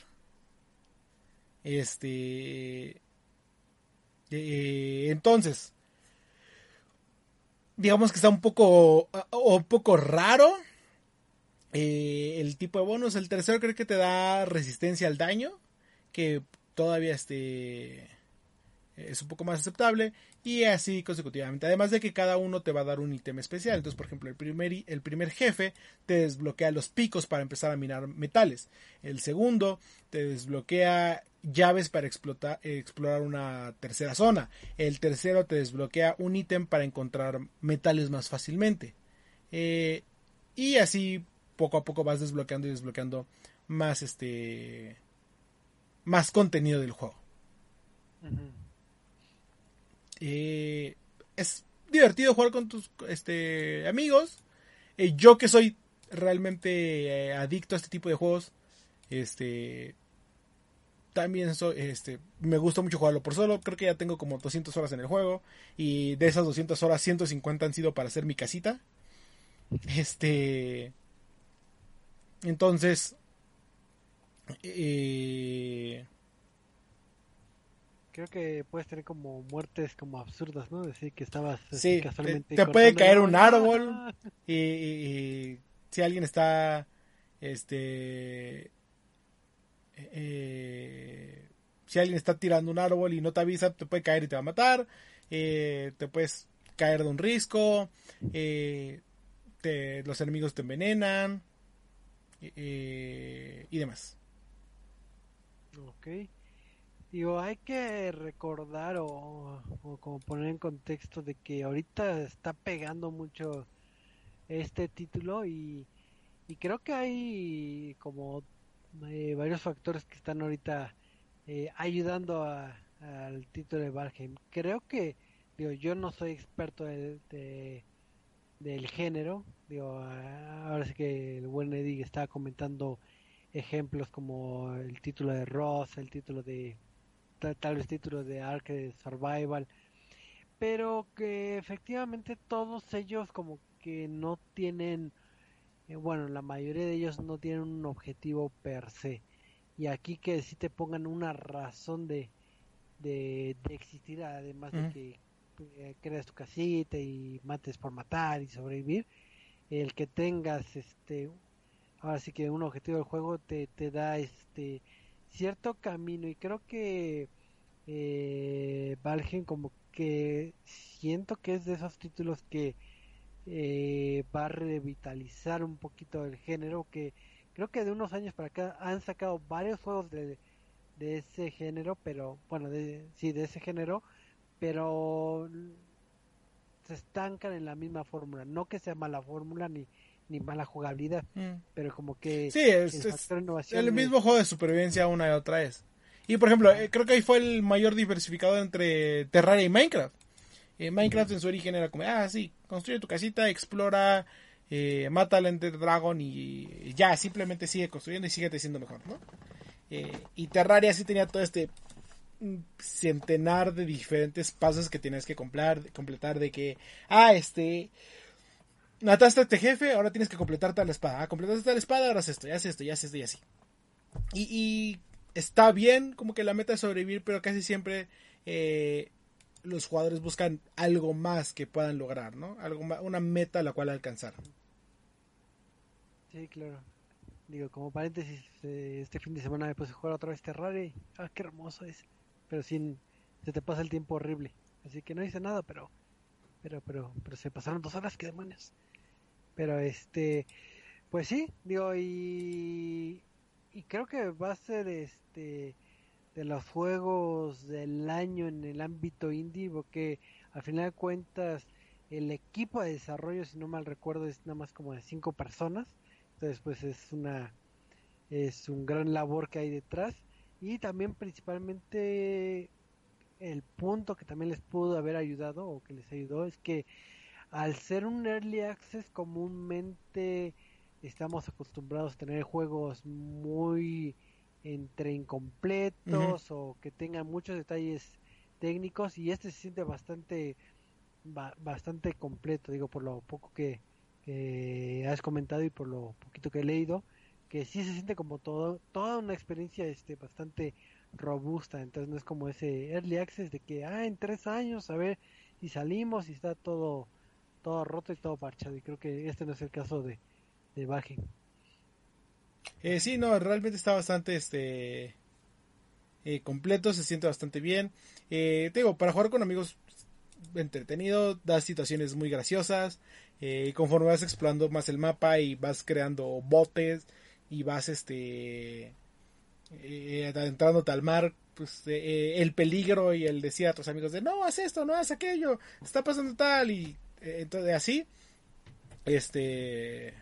Entonces, digamos que está un poco raro el tipo de bonus. El tercero creo que te da resistencia al daño, que todavía es un poco más aceptable, y así consecutivamente. Además de que cada uno te va a dar un ítem especial. Entonces, por ejemplo, el primer jefe te desbloquea los picos para empezar a minar metales. El segundo te desbloquea llaves para explorar una tercera zona. El tercero te desbloquea un ítem para encontrar metales más fácilmente. Y así poco a poco vas desbloqueando y desbloqueando más más contenido del juego. Uh-huh. Es divertido jugar con tus amigos. Yo que soy realmente adicto a este tipo de juegos, también me gusta mucho jugarlo por solo. Creo que ya tengo como 200 horas en el juego, y de esas 200 horas 150 han sido para hacer mi casita. Entonces, ¿qué creo que puedes tener como muertes como absurdas, ¿no? Decir que estabas así Sí, casualmente te puede cortando el caer un árbol ¡Ah! y si alguien está, si alguien está tirando un árbol y no te avisa, te puede caer y te va a matar. Te puedes caer de un risco. Los enemigos te envenenan. Y demás. Ok. Digo, hay que recordar o como poner en contexto de que ahorita está pegando mucho este título y creo que hay como varios factores que están ahorita ayudando al título de Valheim. Creo que, digo, yo no soy experto del género, digo, ahora sí que el buen Eddie estaba comentando ejemplos como el título de Ross, el título de tal vez título de Ark Survival, pero que efectivamente todos ellos como que no tienen, bueno, la mayoría de ellos no tienen un objetivo per se. Y aquí que si te pongan una razón de existir, además de Uh-huh. que creas tu casita y mates por matar y sobrevivir, el que tengas ahora sí que un objetivo del juego te da cierto camino y creo que Valheim como que siento que es de esos títulos que va a revitalizar un poquito el género que creo que de unos años para acá han sacado varios juegos de ese género pero bueno sí de ese género pero se estancan en la misma fórmula no que sea mala fórmula ni mala jugabilidad Mm. pero como que Sí, el es factor de innovación el es mismo juego de supervivencia una y otra vez. Y por ejemplo, ajá, creo que ahí fue el mayor diversificador entre Terraria y Minecraft. Minecraft uh-huh, en su origen era como, sí, construye tu casita, explora, mata al Ender Dragon y ya, simplemente sigue construyendo y sigue siendo mejor, ¿no? Y Terraria sí tenía todo este centenar de diferentes pasos que tienes que completar de que, mataste a este jefe, ahora tienes que completar tal espada. Completaste tal espada, ahora haces esto, y haces esto, y haces esto, y así. Y está bien como que la meta es sobrevivir, pero casi siempre los jugadores buscan algo más que puedan lograr, ¿no? Algo más, una meta a la cual alcanzar. sí claro. Digo, como paréntesis, este fin de semana me puse a jugar otra vez Terraria y, qué hermoso es. Pero sin, se te pasa el tiempo horrible. Así que no hice nada, pero se pasaron 2 horas, qué demonios. Pero pues sí, digo, y creo que va a ser de los juegos del año en el ámbito indie, porque al final de cuentas el equipo de desarrollo, si no mal recuerdo, es nada más como de 5 personas. Entonces, pues es un gran labor que hay detrás y también principalmente el punto que también les pudo haber ayudado o que les ayudó es que al ser un early access comúnmente estamos acostumbrados a tener juegos muy entre Uh-huh. incompletos o que tengan muchos detalles técnicos y este se siente bastante completo, digo, por lo poco que has comentado y por lo poquito que he leído, que sí se siente como toda una experiencia bastante robusta, entonces no es como ese early access de que en 3 años a ver si salimos y está todo roto y todo parchado y creo que este no es el caso de Valheim. Sí, no, realmente está bastante completo, se siente bastante bien. Te digo, para jugar con amigos entretenido, da situaciones muy graciosas. Conforme vas explorando más el mapa y vas creando botes y vas adentrándote al mar, pues el peligro y el decir a tus amigos de no haz esto, no haz aquello, está pasando tal y entonces así este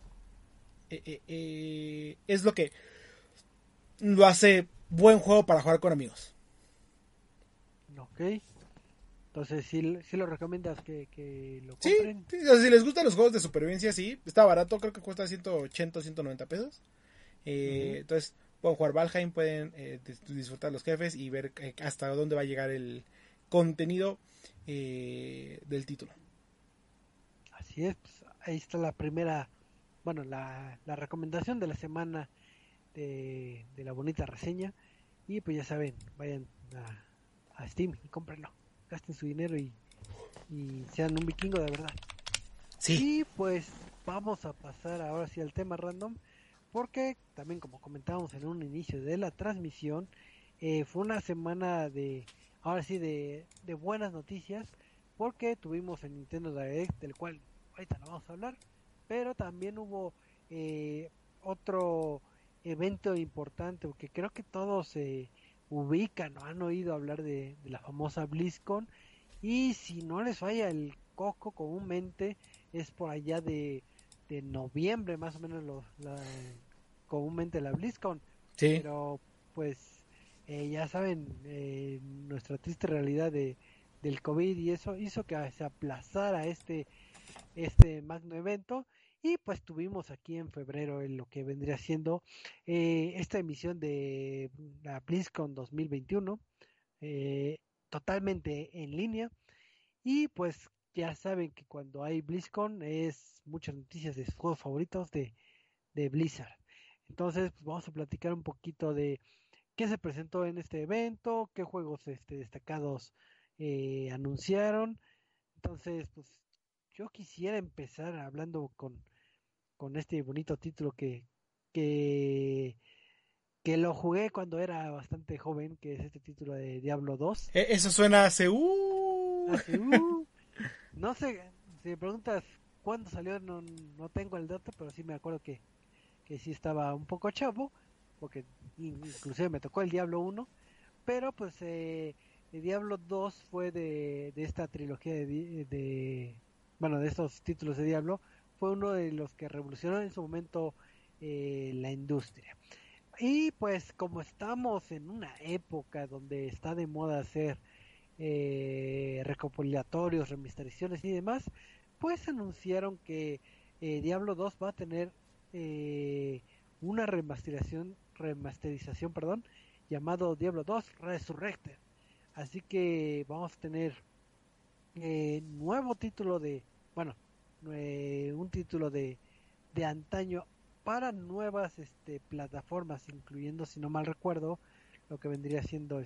es lo que lo hace buen juego para jugar con amigos. Ok, entonces sí lo recomiendas que lo Sí, compren. sí, o sea, si les gustan los juegos de supervivencia, sí, está barato, creo que cuesta 180 o 190 pesos. Ujú. Entonces pueden jugar Valheim, pueden disfrutar los jefes y ver hasta dónde va a llegar el contenido del título. Así es, pues, ahí está la primera, bueno, la recomendación de la semana de la bonita reseña. Y pues ya saben, vayan a Steam y cómprenlo. Gasten su dinero y sean un vikingo de verdad. Sí. Y pues vamos a pasar ahora sí al tema random, porque también como comentábamos en un inicio de la transmisión, fue una semana ahora sí de buenas noticias, porque tuvimos el Nintendo Direct, del cual ahorita no vamos a hablar, pero también hubo otro evento importante, porque creo que todos se ubican o han oído hablar de la famosa BlizzCon, y si no les falla el coco, comúnmente es por allá de noviembre más o menos comúnmente la BlizzCon. Sí. Pero pues ya saben, nuestra triste realidad del COVID, y eso hizo que se aplazara este magno evento, y pues tuvimos aquí en febrero en lo que vendría siendo esta emisión de la BlizzCon 2021, totalmente en línea. Y pues ya saben que cuando hay BlizzCon es muchas noticias de sus juegos favoritos de Blizzard. Entonces pues vamos a platicar un poquito de qué se presentó en este evento, qué juegos destacados anunciaron. Entonces pues yo quisiera empezar hablando con este bonito título que, que lo jugué cuando era bastante joven, que es este título de Diablo 2. Eso suena hace... Hace, no sé, si me preguntas cuándo salió, no tengo el dato, pero sí me acuerdo que sí estaba un poco chavo, porque inclusive me tocó el Diablo 1, pero pues el Diablo 2 fue de esta trilogía bueno, de estos títulos de Diablo, fue uno de los que revolucionó en su momento la industria. Y pues como estamos en una época donde está de moda hacer recopilatorios, remasterizaciones y demás, pues anunciaron que Diablo 2 va a tener una remasterización, llamado Diablo 2 Resurrected. Así que vamos a tener nuevo título un título de antaño para nuevas plataformas, incluyendo, si no mal recuerdo, lo que vendría siendo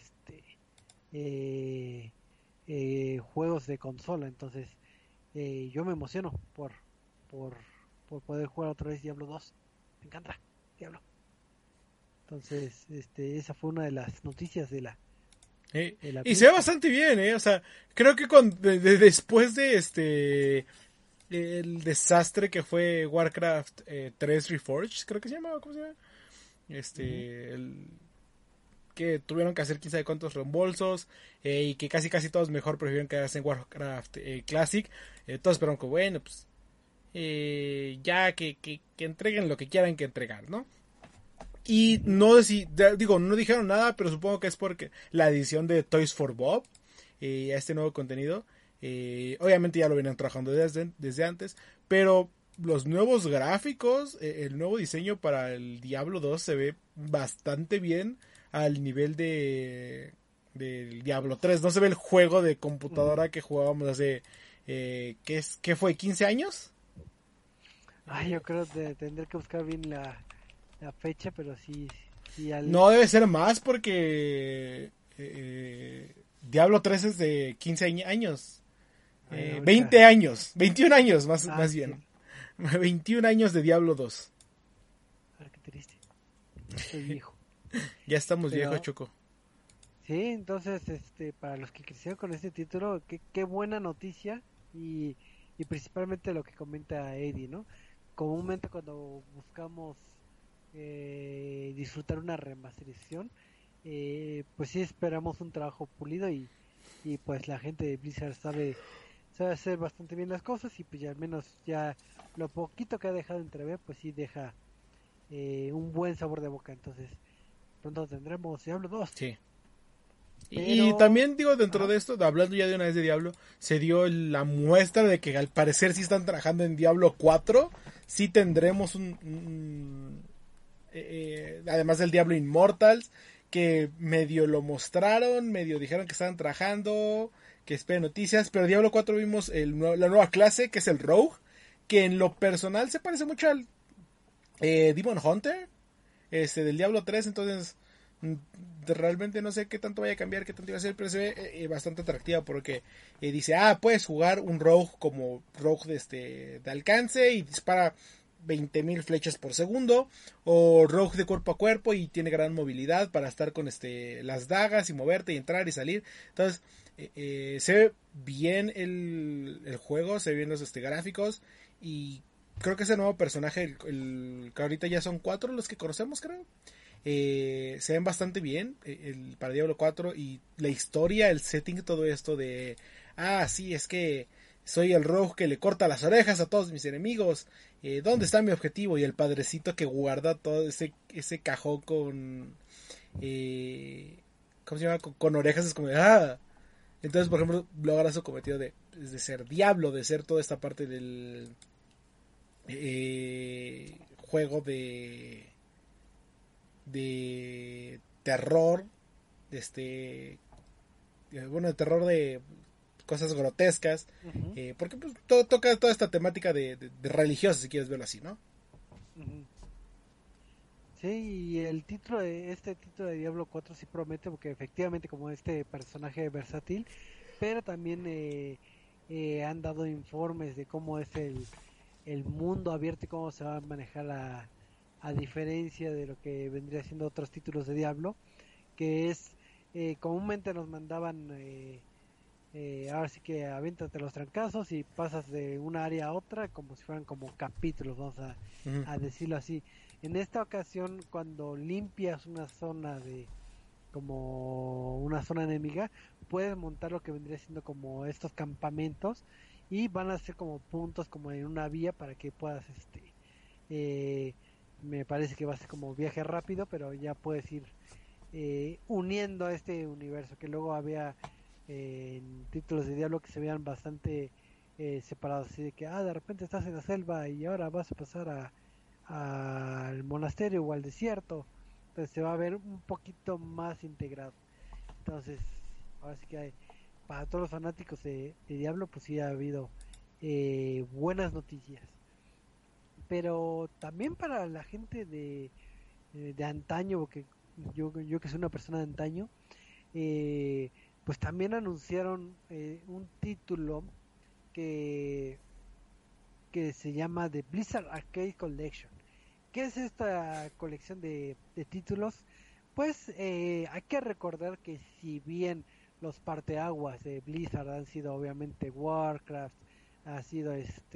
juegos de consola. Entonces yo me emociono por poder jugar otra vez Diablo 2. Me encanta Diablo. Entonces esa fue una de las noticias de la y se ve bastante bien, o sea, creo que después de el desastre que fue Warcraft 3 Reforged, creo que se llama, ¿cómo se llama? Que tuvieron que hacer quién sabe cuántos reembolsos, y que casi todos mejor prefirieron quedarse en Warcraft Classic. Todos esperaron que bueno, pues ya que entreguen lo que quieran que entregar, ¿no? Y no dijeron nada, pero supongo que es porque la edición de Toys for Bob, a este nuevo contenido, obviamente ya lo venían trabajando desde antes, pero los nuevos gráficos, el nuevo diseño para el Diablo 2 se ve bastante bien al nivel del Diablo 3. No se ve el juego de computadora que jugábamos hace, ¿qué fue? ¿15 años? Yo creo que tendré que buscar bien la fecha, pero sí No, debe ser más porque Diablo 3 es de 15 años. 20 años, 21 años más bien. Sí. 21 años de Diablo 2. Qué triste. Estoy viejo. Ya estamos viejos, Choco. Sí, entonces para los que crecieron con este título, qué buena noticia, y principalmente lo que comenta Eddie, ¿no? Comúnmente cuando buscamos disfrutar una remasterización, pues sí esperamos un trabajo pulido, y pues la gente de Blizzard sabe hacer bastante bien las cosas, y pues ya al menos ya lo poquito que ha dejado entrever, pues sí deja un buen sabor de boca. Entonces pronto tendremos Diablo 2. Sí. Y también digo, dentro de esto, hablando ya de una vez de Diablo, se dio la muestra de que al parecer sí están trabajando en Diablo 4. Sí tendremos además del Diablo Immortals, que medio lo mostraron, medio dijeron que estaban trabajando, que esperen noticias, pero Diablo 4 vimos la nueva clase, que es el Rogue, que en lo personal se parece mucho al Demon Hunter, del Diablo 3, entonces Realmente no sé qué tanto vaya a cambiar, qué tanto iba a ser, pero se ve bastante atractiva porque dice, puedes jugar un rogue como rogue de alcance y dispara 20.000 flechas por segundo, o rogue de cuerpo a cuerpo y tiene gran movilidad para estar con las dagas y moverte y entrar y salir. Entonces se ve bien el juego, se ven bien los gráficos, y creo que ese nuevo personaje, que ahorita ya son 4 los que conocemos, creo. Se ven bastante bien para Diablo 4, y la historia, el setting, todo esto de sí, es que soy el rogue que le corta las orejas a todos mis enemigos, ¿dónde está mi objetivo? Y el padrecito que guarda todo ese cajón con ¿cómo se llama? Con orejas, es como entonces, por ejemplo, logra su cometido de ser Diablo, de ser toda esta parte del juego de terror, de terror de cosas grotescas, Uh-huh. porque pues toca toda esta temática de religiosa, si quieres verlo así, ¿no? Uh-huh. Sí, y este título de Diablo 4 sí promete, porque efectivamente como este personaje versátil, pero también han dado informes de cómo es el mundo abierto y cómo se va a manejar a diferencia de lo que vendría siendo otros títulos de Diablo, que es comúnmente nos mandaban ahora sí que aviéntate los trancazos y pasas de una área a otra como si fueran como capítulos, vamos Uh-huh. a decirlo así. En esta ocasión, cuando limpias una zona como una zona enemiga, puedes montar lo que vendría siendo como estos campamentos, y van a ser como puntos como en una vía para que puedas eh, me parece que va a ser como viaje rápido, pero ya puedes ir uniendo a este universo, que luego había en títulos de Diablo que se veían bastante separados, así de que de repente estás en la selva y ahora vas a pasar al monasterio o al desierto, entonces se va a ver un poquito más integrado. Entonces ahora sí que para todos los fanáticos de Diablo, pues sí ha habido buenas noticias, pero también para la gente de antaño, porque yo que soy una persona de antaño, eh, pues también anunciaron un título que, que se llama The Blizzard Arcade Collection. ¿Qué es esta colección de títulos? Pues hay que recordar que si bien los parteaguas de Blizzard han sido obviamente Warcraft, ha sido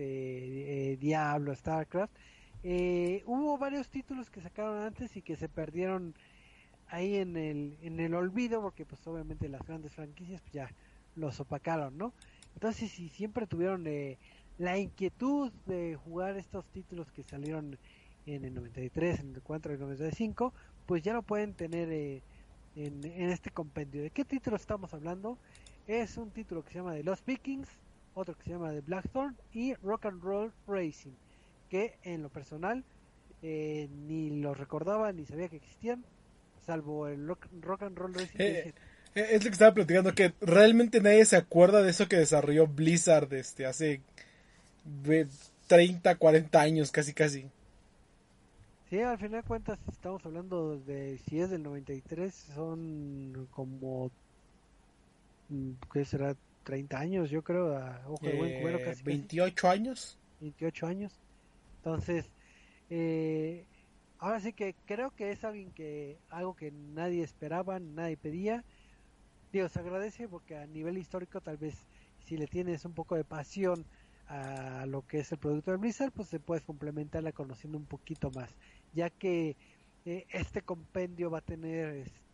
Diablo, Starcraft, hubo varios títulos que sacaron antes y que se perdieron ahí en el olvido, porque pues obviamente las grandes franquicias pues ya los opacaron, ¿no? Entonces si siempre tuvieron la inquietud de jugar estos títulos que salieron en el 93, en el 4 y el 95, pues ya lo pueden tener en este compendio. ¿De qué título estamos hablando? Es un título que se llama The Lost Vikings, otro que se llama The Blackthorn y Rock and Roll Racing, que en lo personal ni los recordaba ni sabía que existían, salvo el rock and Roll Racing, que dije, Es lo que estaba platicando, que realmente nadie se acuerda de eso que desarrolló Blizzard hace 30, 40 años, casi casi. sí, al final de cuentas estamos hablando de, si es del 93, son como, ¿qué será? 30 años, yo creo, a ojo de buen cubero, casi casi, 28 años. 28 años. Entonces, eh, ahora sí que creo que es algo que nadie esperaba, nadie pedía. Digo, se agradece porque a nivel histórico tal vez si le tienes un poco de pasión a lo que es el producto de Blizzard, pues se puedes complementarla conociendo un poquito más, ya que este compendio va a tener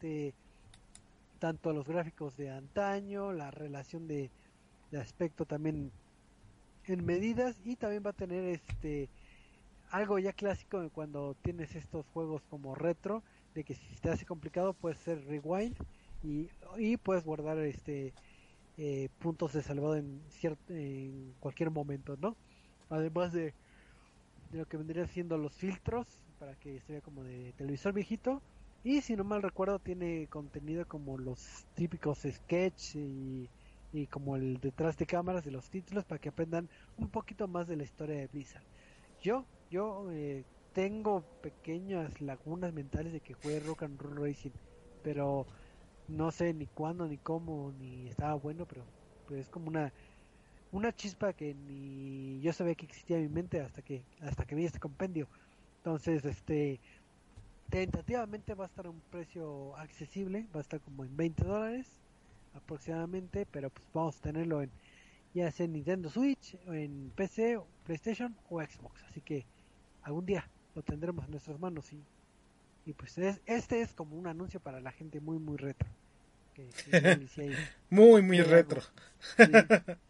tanto los gráficos de antaño, la relación de aspecto también en medidas, y también va a tener algo ya clásico de cuando tienes estos juegos como retro, de que si te hace complicado puedes hacer rewind y puedes guardar puntos de salvado en cualquier momento, ¿no? Además de lo que vendría siendo los filtros para que se vea como de televisor viejito, y si no mal recuerdo tiene contenido como los típicos sketch y como el detrás de cámaras de los títulos para que aprendan un poquito más de la historia de Blizzard. Yo tengo pequeñas lagunas mentales de que juegue Rock and Roll Racing pero no sé ni cuándo, ni cómo, ni estaba bueno, pero es como una chispa que ni yo sabía que existía en mi mente hasta que vi este compendio. Entonces, tentativamente va a estar a un precio accesible, va a estar como en $20 aproximadamente, pero pues vamos a tenerlo en ya sea en Nintendo Switch, o en PC, o PlayStation o Xbox, así que algún día lo tendremos en nuestras manos y pues este es como un anuncio para la gente muy muy retro, que igual y si Muy, si muy hay algo, retro. sí,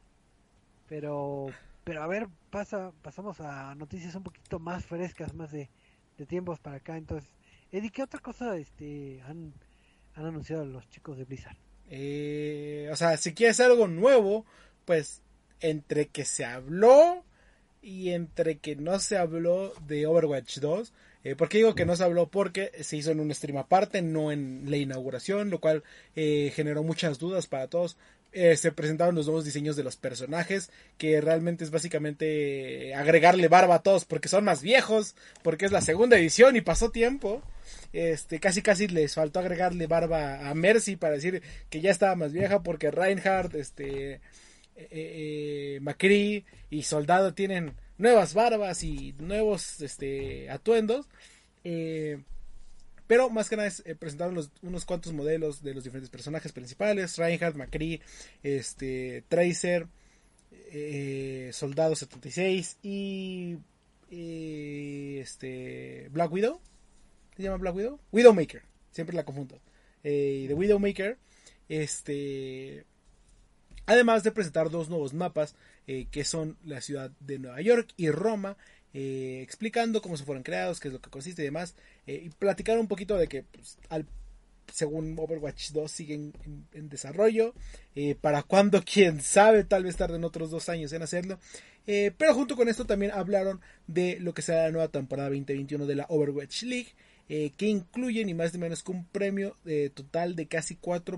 pero a ver, pasamos a noticias un poquito más frescas, más de tiempos para acá. Entonces, Eddie, ¿qué otra cosa han anunciado los chicos de Blizzard? O sea, si quieres algo nuevo, pues entre que se habló y entre que no se habló de Overwatch 2. ¿Por qué digo que no se habló? Porque se hizo en un stream aparte, no en la inauguración, lo cual generó muchas dudas para todos. Se presentaron los nuevos diseños de los personajes, que realmente es básicamente agregarle barba a todos porque son más viejos, porque es la segunda edición y pasó tiempo. Casi casi les faltó agregarle barba a Mercy para decir que ya estaba más vieja, porque Reinhardt, McCree y Soldado tienen nuevas barbas y nuevos atuendos. Pero más que nada presentaron unos cuantos modelos de los diferentes personajes principales: Reinhardt, McCree, Tracer, Soldado 76 y Black Widow. ¿Se llama Black Widow? Widowmaker, siempre la confundo. De Widowmaker, además de presentar dos nuevos mapas, que son la ciudad de Nueva York y Roma, explicando cómo se fueron creados, qué es lo que consiste y demás, y platicar un poquito de que pues, según Overwatch 2 siguen en desarrollo, para cuando, quién sabe, tal vez tarden otros 2 años en hacerlo, pero junto con esto también hablaron de lo que será la nueva temporada 2021 de la Overwatch League, que incluye ni más ni menos que un premio total de casi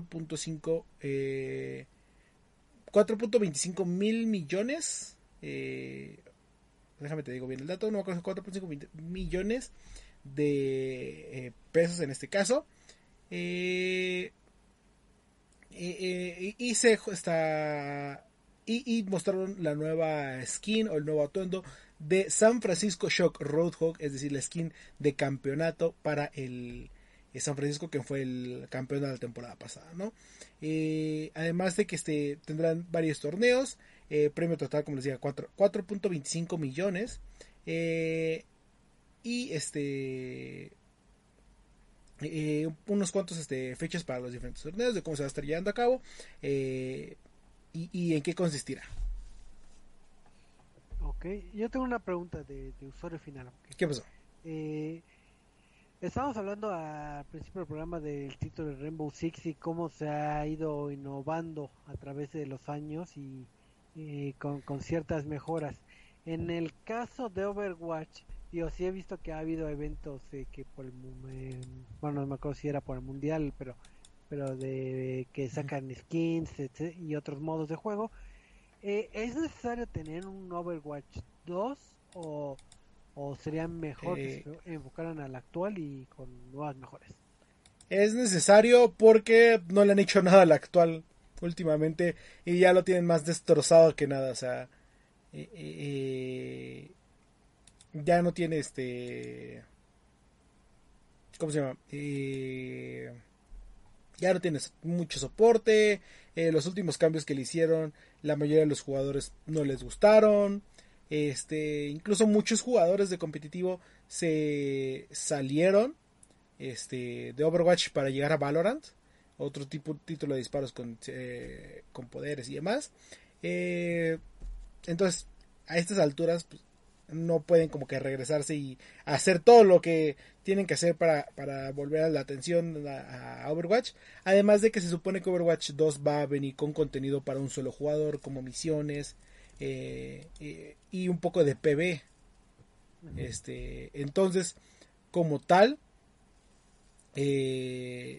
4.25 mil millones. Déjame te digo bien el dato. No me acuerdo, 4.5 millones de pesos en este caso. Y se está. Y mostraron la nueva skin o el nuevo atuendo de San Francisco Shock Roadhog, es decir, la skin de campeonato para el San Francisco, que fue el campeón de la temporada pasada, ¿no? Además de que tendrán varios torneos, premio total, como les decía, 4.25 millones, y unos cuantos fechas para los diferentes torneos, de cómo se va a estar llevando a cabo, y en qué consistirá. Ok, yo tengo una pregunta de usuario final. Okay. ¿Qué pasó? Estábamos hablando al principio del programa del título de Rainbow Six y cómo se ha ido innovando a través de los años y con ciertas mejoras. En el caso de Overwatch, yo sí he visto que ha habido eventos que bueno, no me acuerdo si era por el mundial, pero de que sacan skins y otros modos de juego. ¿Es necesario tener un Overwatch 2 o sería mejor que se enfocaran al actual y con nuevas mejores? Es necesario porque no le han hecho nada al actual últimamente y ya lo tienen más destrozado que nada. O sea, ya no tiene ¿cómo se llama? Ya no tiene mucho soporte. Los últimos cambios que le hicieron, la mayoría de los jugadores no les gustaron. Incluso muchos jugadores de competitivo se salieron de Overwatch para llegar a Valorant, otro título de disparos con poderes y demás. Entonces, a estas alturas, pues, no pueden como que regresarse y hacer todo lo que tienen que hacer para volver a la atención a Overwatch. Además de que se supone que Overwatch 2 va a venir con contenido para un solo jugador, como misiones, y un poco de PvE. Entonces, como tal, sí,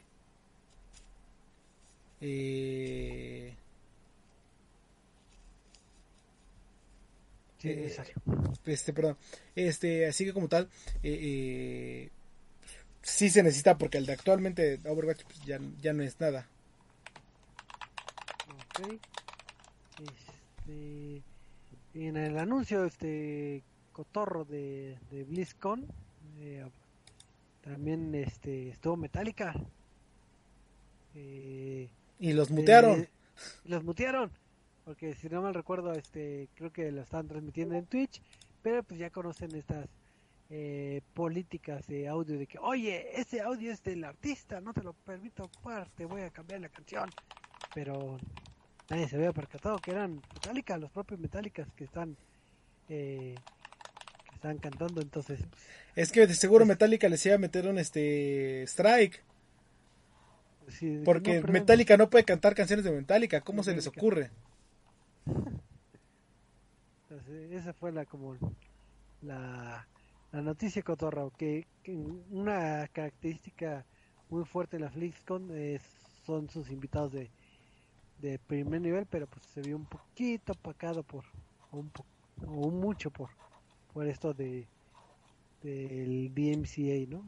es necesario. perdón, así que como tal, sí se necesita porque el de actualmente Overwatch pues, ya no es nada. Ok. En el anuncio cotorro de BlizzCon, también estuvo Metallica. Y los mutearon. Los mutearon, porque si no mal recuerdo, creo que lo estaban transmitiendo en Twitch, pero pues ya conocen estas políticas de audio de que, oye, ese audio es del artista, no te lo permito ocupar, te voy a cambiar la canción. Pero nadie se había percatado que eran Metallica, los propios Metallicas que están cantando, entonces Es que de seguro pues, Metallica les iba a meter un strike. sí, de que no, Porque perdón, Metallica no puede cantar canciones de Metallica. ¿Cómo se les Metallica. ocurre? Entonces, esa fue la, la noticia cotorra, que una característica muy fuerte de la BlizzCon son sus invitados de primer nivel, pero pues se vio un poquito opacado o un mucho por esto del DMCA, ¿no?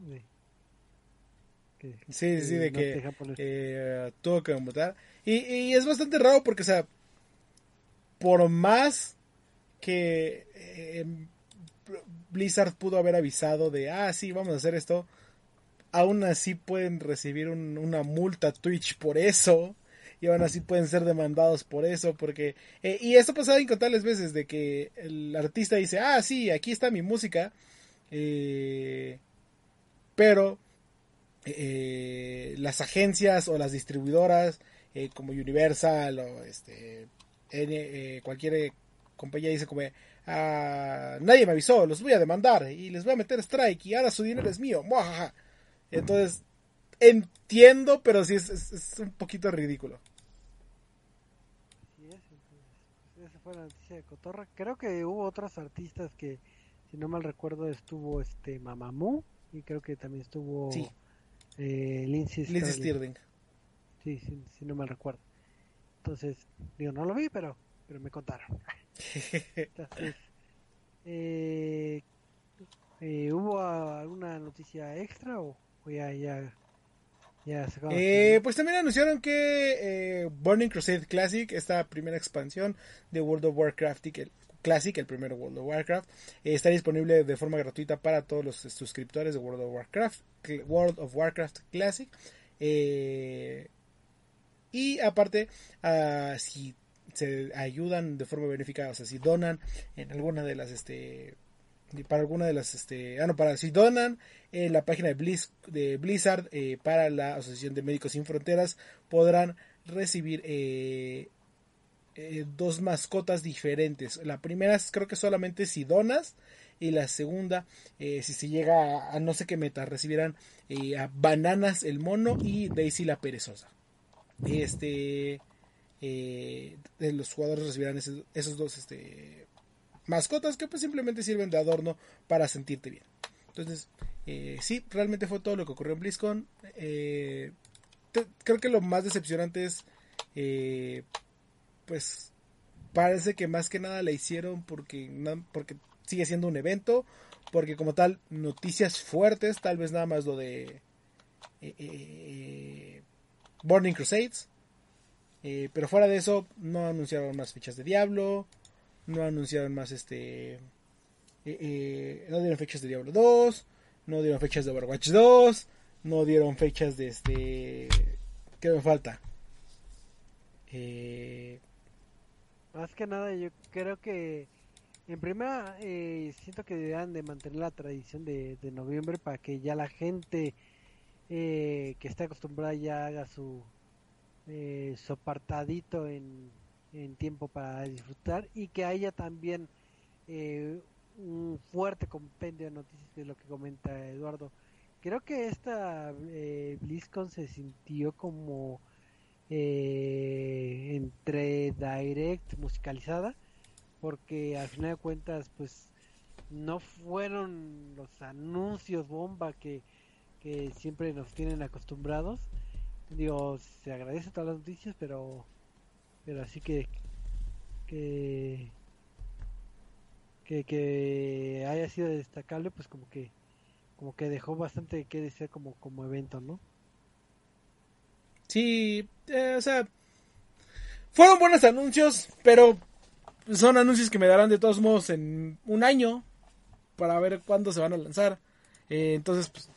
Sí, sí, Que de no te que dejan poner. tuvo que mutar. Y es bastante raro porque, o sea, por más que Blizzard pudo haber avisado de, sí, vamos a hacer esto, aún así pueden recibir una multa Twitch por eso. Y aún así pueden ser demandados por eso. Porque y esto pasaba incontables veces de que el artista dice, sí, aquí está mi música. Pero las agencias o las distribuidoras como Universal o cualquier compañía dice como nadie me avisó, los voy a demandar y les voy a meter strike y ahora su dinero es mío. ¡Muajaja! Entonces entiendo, pero sí es un poquito ridículo. Así es, entonces, pues, esa fue la noticia de Cotorra. Creo que hubo otros artistas que, si no mal recuerdo, estuvo Mamamoo y creo que también Sí, estuvo Lindsey Lindsey Sterling. Stirling. Sí, si no mal recuerdo. Entonces, digo, no lo vi, pero me contaron. Entonces, eh, ¿hubo alguna noticia extra o ya sacamos todo, ¿no? Pues también anunciaron que Burning Crusade Classic, esta primera expansión de World of Warcraft Classic, el primero World of Warcraft, está disponible de forma gratuita para todos los suscriptores de World of Warcraft Classic. Y aparte, si se ayudan de forma benéfica, o sea, si donan en alguna de las para alguna de las para si donan en la página de Blizzard para la Asociación de Médicos Sin Fronteras, podrán recibir dos mascotas diferentes. La primera es, creo que solamente si donas, y la segunda si se llega a no sé qué meta, recibirán a Bananas el mono y Daisy la perezosa. Los jugadores recibirán esos dos mascotas que pues simplemente sirven de adorno para sentirte bien. Entonces, sí, realmente fue todo lo que ocurrió en BlizzCon. Creo que lo más decepcionante es, pues, parece que más que nada la hicieron porque sigue siendo un evento, porque como tal, noticias fuertes, tal vez nada más lo de Burning Crusades. Pero fuera de eso, no anunciaron más fichas de Diablo, no anunciaron más no dieron fechas de Diablo 2, no dieron fechas de Overwatch 2, no dieron fechas de ¿qué me falta? Más que nada, yo creo que en primera siento que deberían de mantener la tradición de noviembre para que ya la gente que está acostumbrada ya haga su apartadito en tiempo para disfrutar y que haya también un fuerte compendio de noticias de lo que comenta Eduardo. Creo que esta BlizzCon se sintió como entre direct musicalizada, porque al final de cuentas pues no fueron los anuncios bomba que siempre nos tienen acostumbrados. Digo, se agradece todas las noticias, pero así que haya sido destacable, pues como que como que dejó bastante que decir como evento, ¿no? Sí, o sea, fueron buenos anuncios, pero son anuncios que me darán de todos modos en un año para ver cuándo se van a lanzar. Entonces, pues,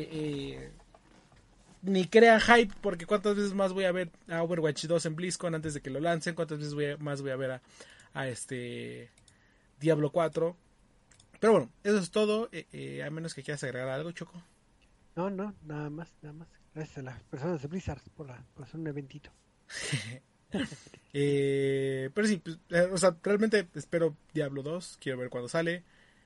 ni crea hype, porque cuántas veces más voy a ver a Overwatch 2 en BlizzCon antes de que lo lancen, cuántas veces más voy a ver a Diablo 4. Pero bueno, eso es todo, a menos que quieras agregar algo, Choco. No, nada más. Gracias a las personas de Blizzard por hacer un eventito. Pero sí, pues, o sea, realmente espero Diablo 2, quiero ver cuándo sale.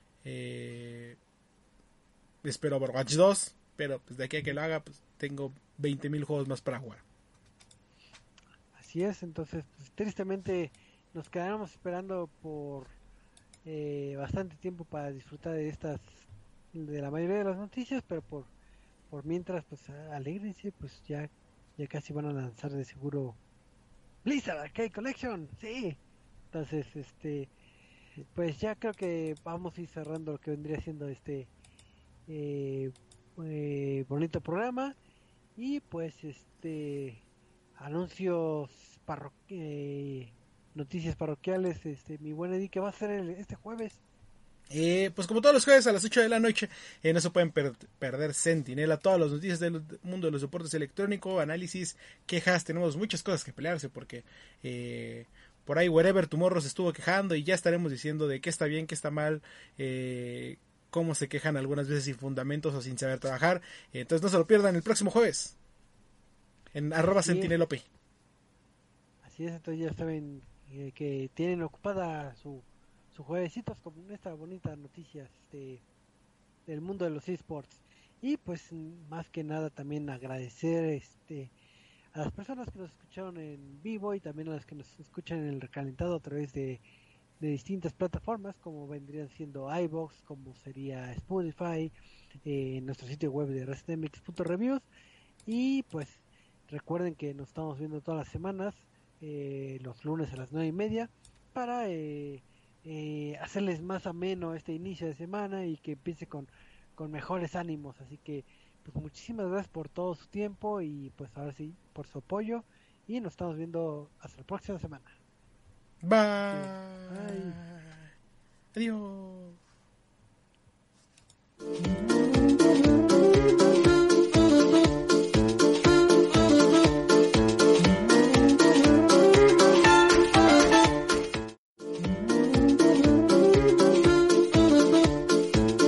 Espero Overwatch 2, pero pues de aquí a que lo haga, pues tengo 20,000 juegos más para jugar. Así es, entonces, pues, tristemente nos quedaremos esperando por bastante tiempo para disfrutar de la mayoría de las noticias, pero por mientras, pues alégrense, pues ya casi van a lanzar de seguro Blizzard Arcade Collection, sí. Entonces, pues ya creo que vamos a ir cerrando lo que vendría siendo eh, bonito programa y pues anuncios noticias parroquiales, mi buen Eddie, que va a ser este jueves. Pues como todos los jueves a las 8 de la noche, no se pueden perder Sentinela, todas las noticias del mundo de los deportes electrónicos, análisis, quejas, tenemos muchas cosas que pelearse porque por ahí Wherever Tomorrow se estuvo quejando y ya estaremos diciendo de qué está bien, qué está mal, cómo se quejan algunas veces sin fundamentos o sin saber trabajar. Entonces no se lo pierdan el próximo jueves en @sentinelope. Así es, entonces ya saben que tienen ocupada su juevesitos con esta bonita noticia del mundo de los esports. Y pues más que nada también agradecer a las personas que nos escucharon en vivo y también a las que nos escuchan en el recalentado a través de distintas plataformas como vendrían siendo iVoox, como sería Spotify, nuestro sitio web de resetmx.reviews. Y pues recuerden que nos estamos viendo todas las semanas, los lunes a las 9:30, para hacerles más ameno este inicio de semana y que empiece con mejores ánimos. Así que pues muchísimas gracias por todo su tiempo y pues ahora sí por su apoyo y nos estamos viendo hasta la próxima semana. Bye. Bye. Adiós.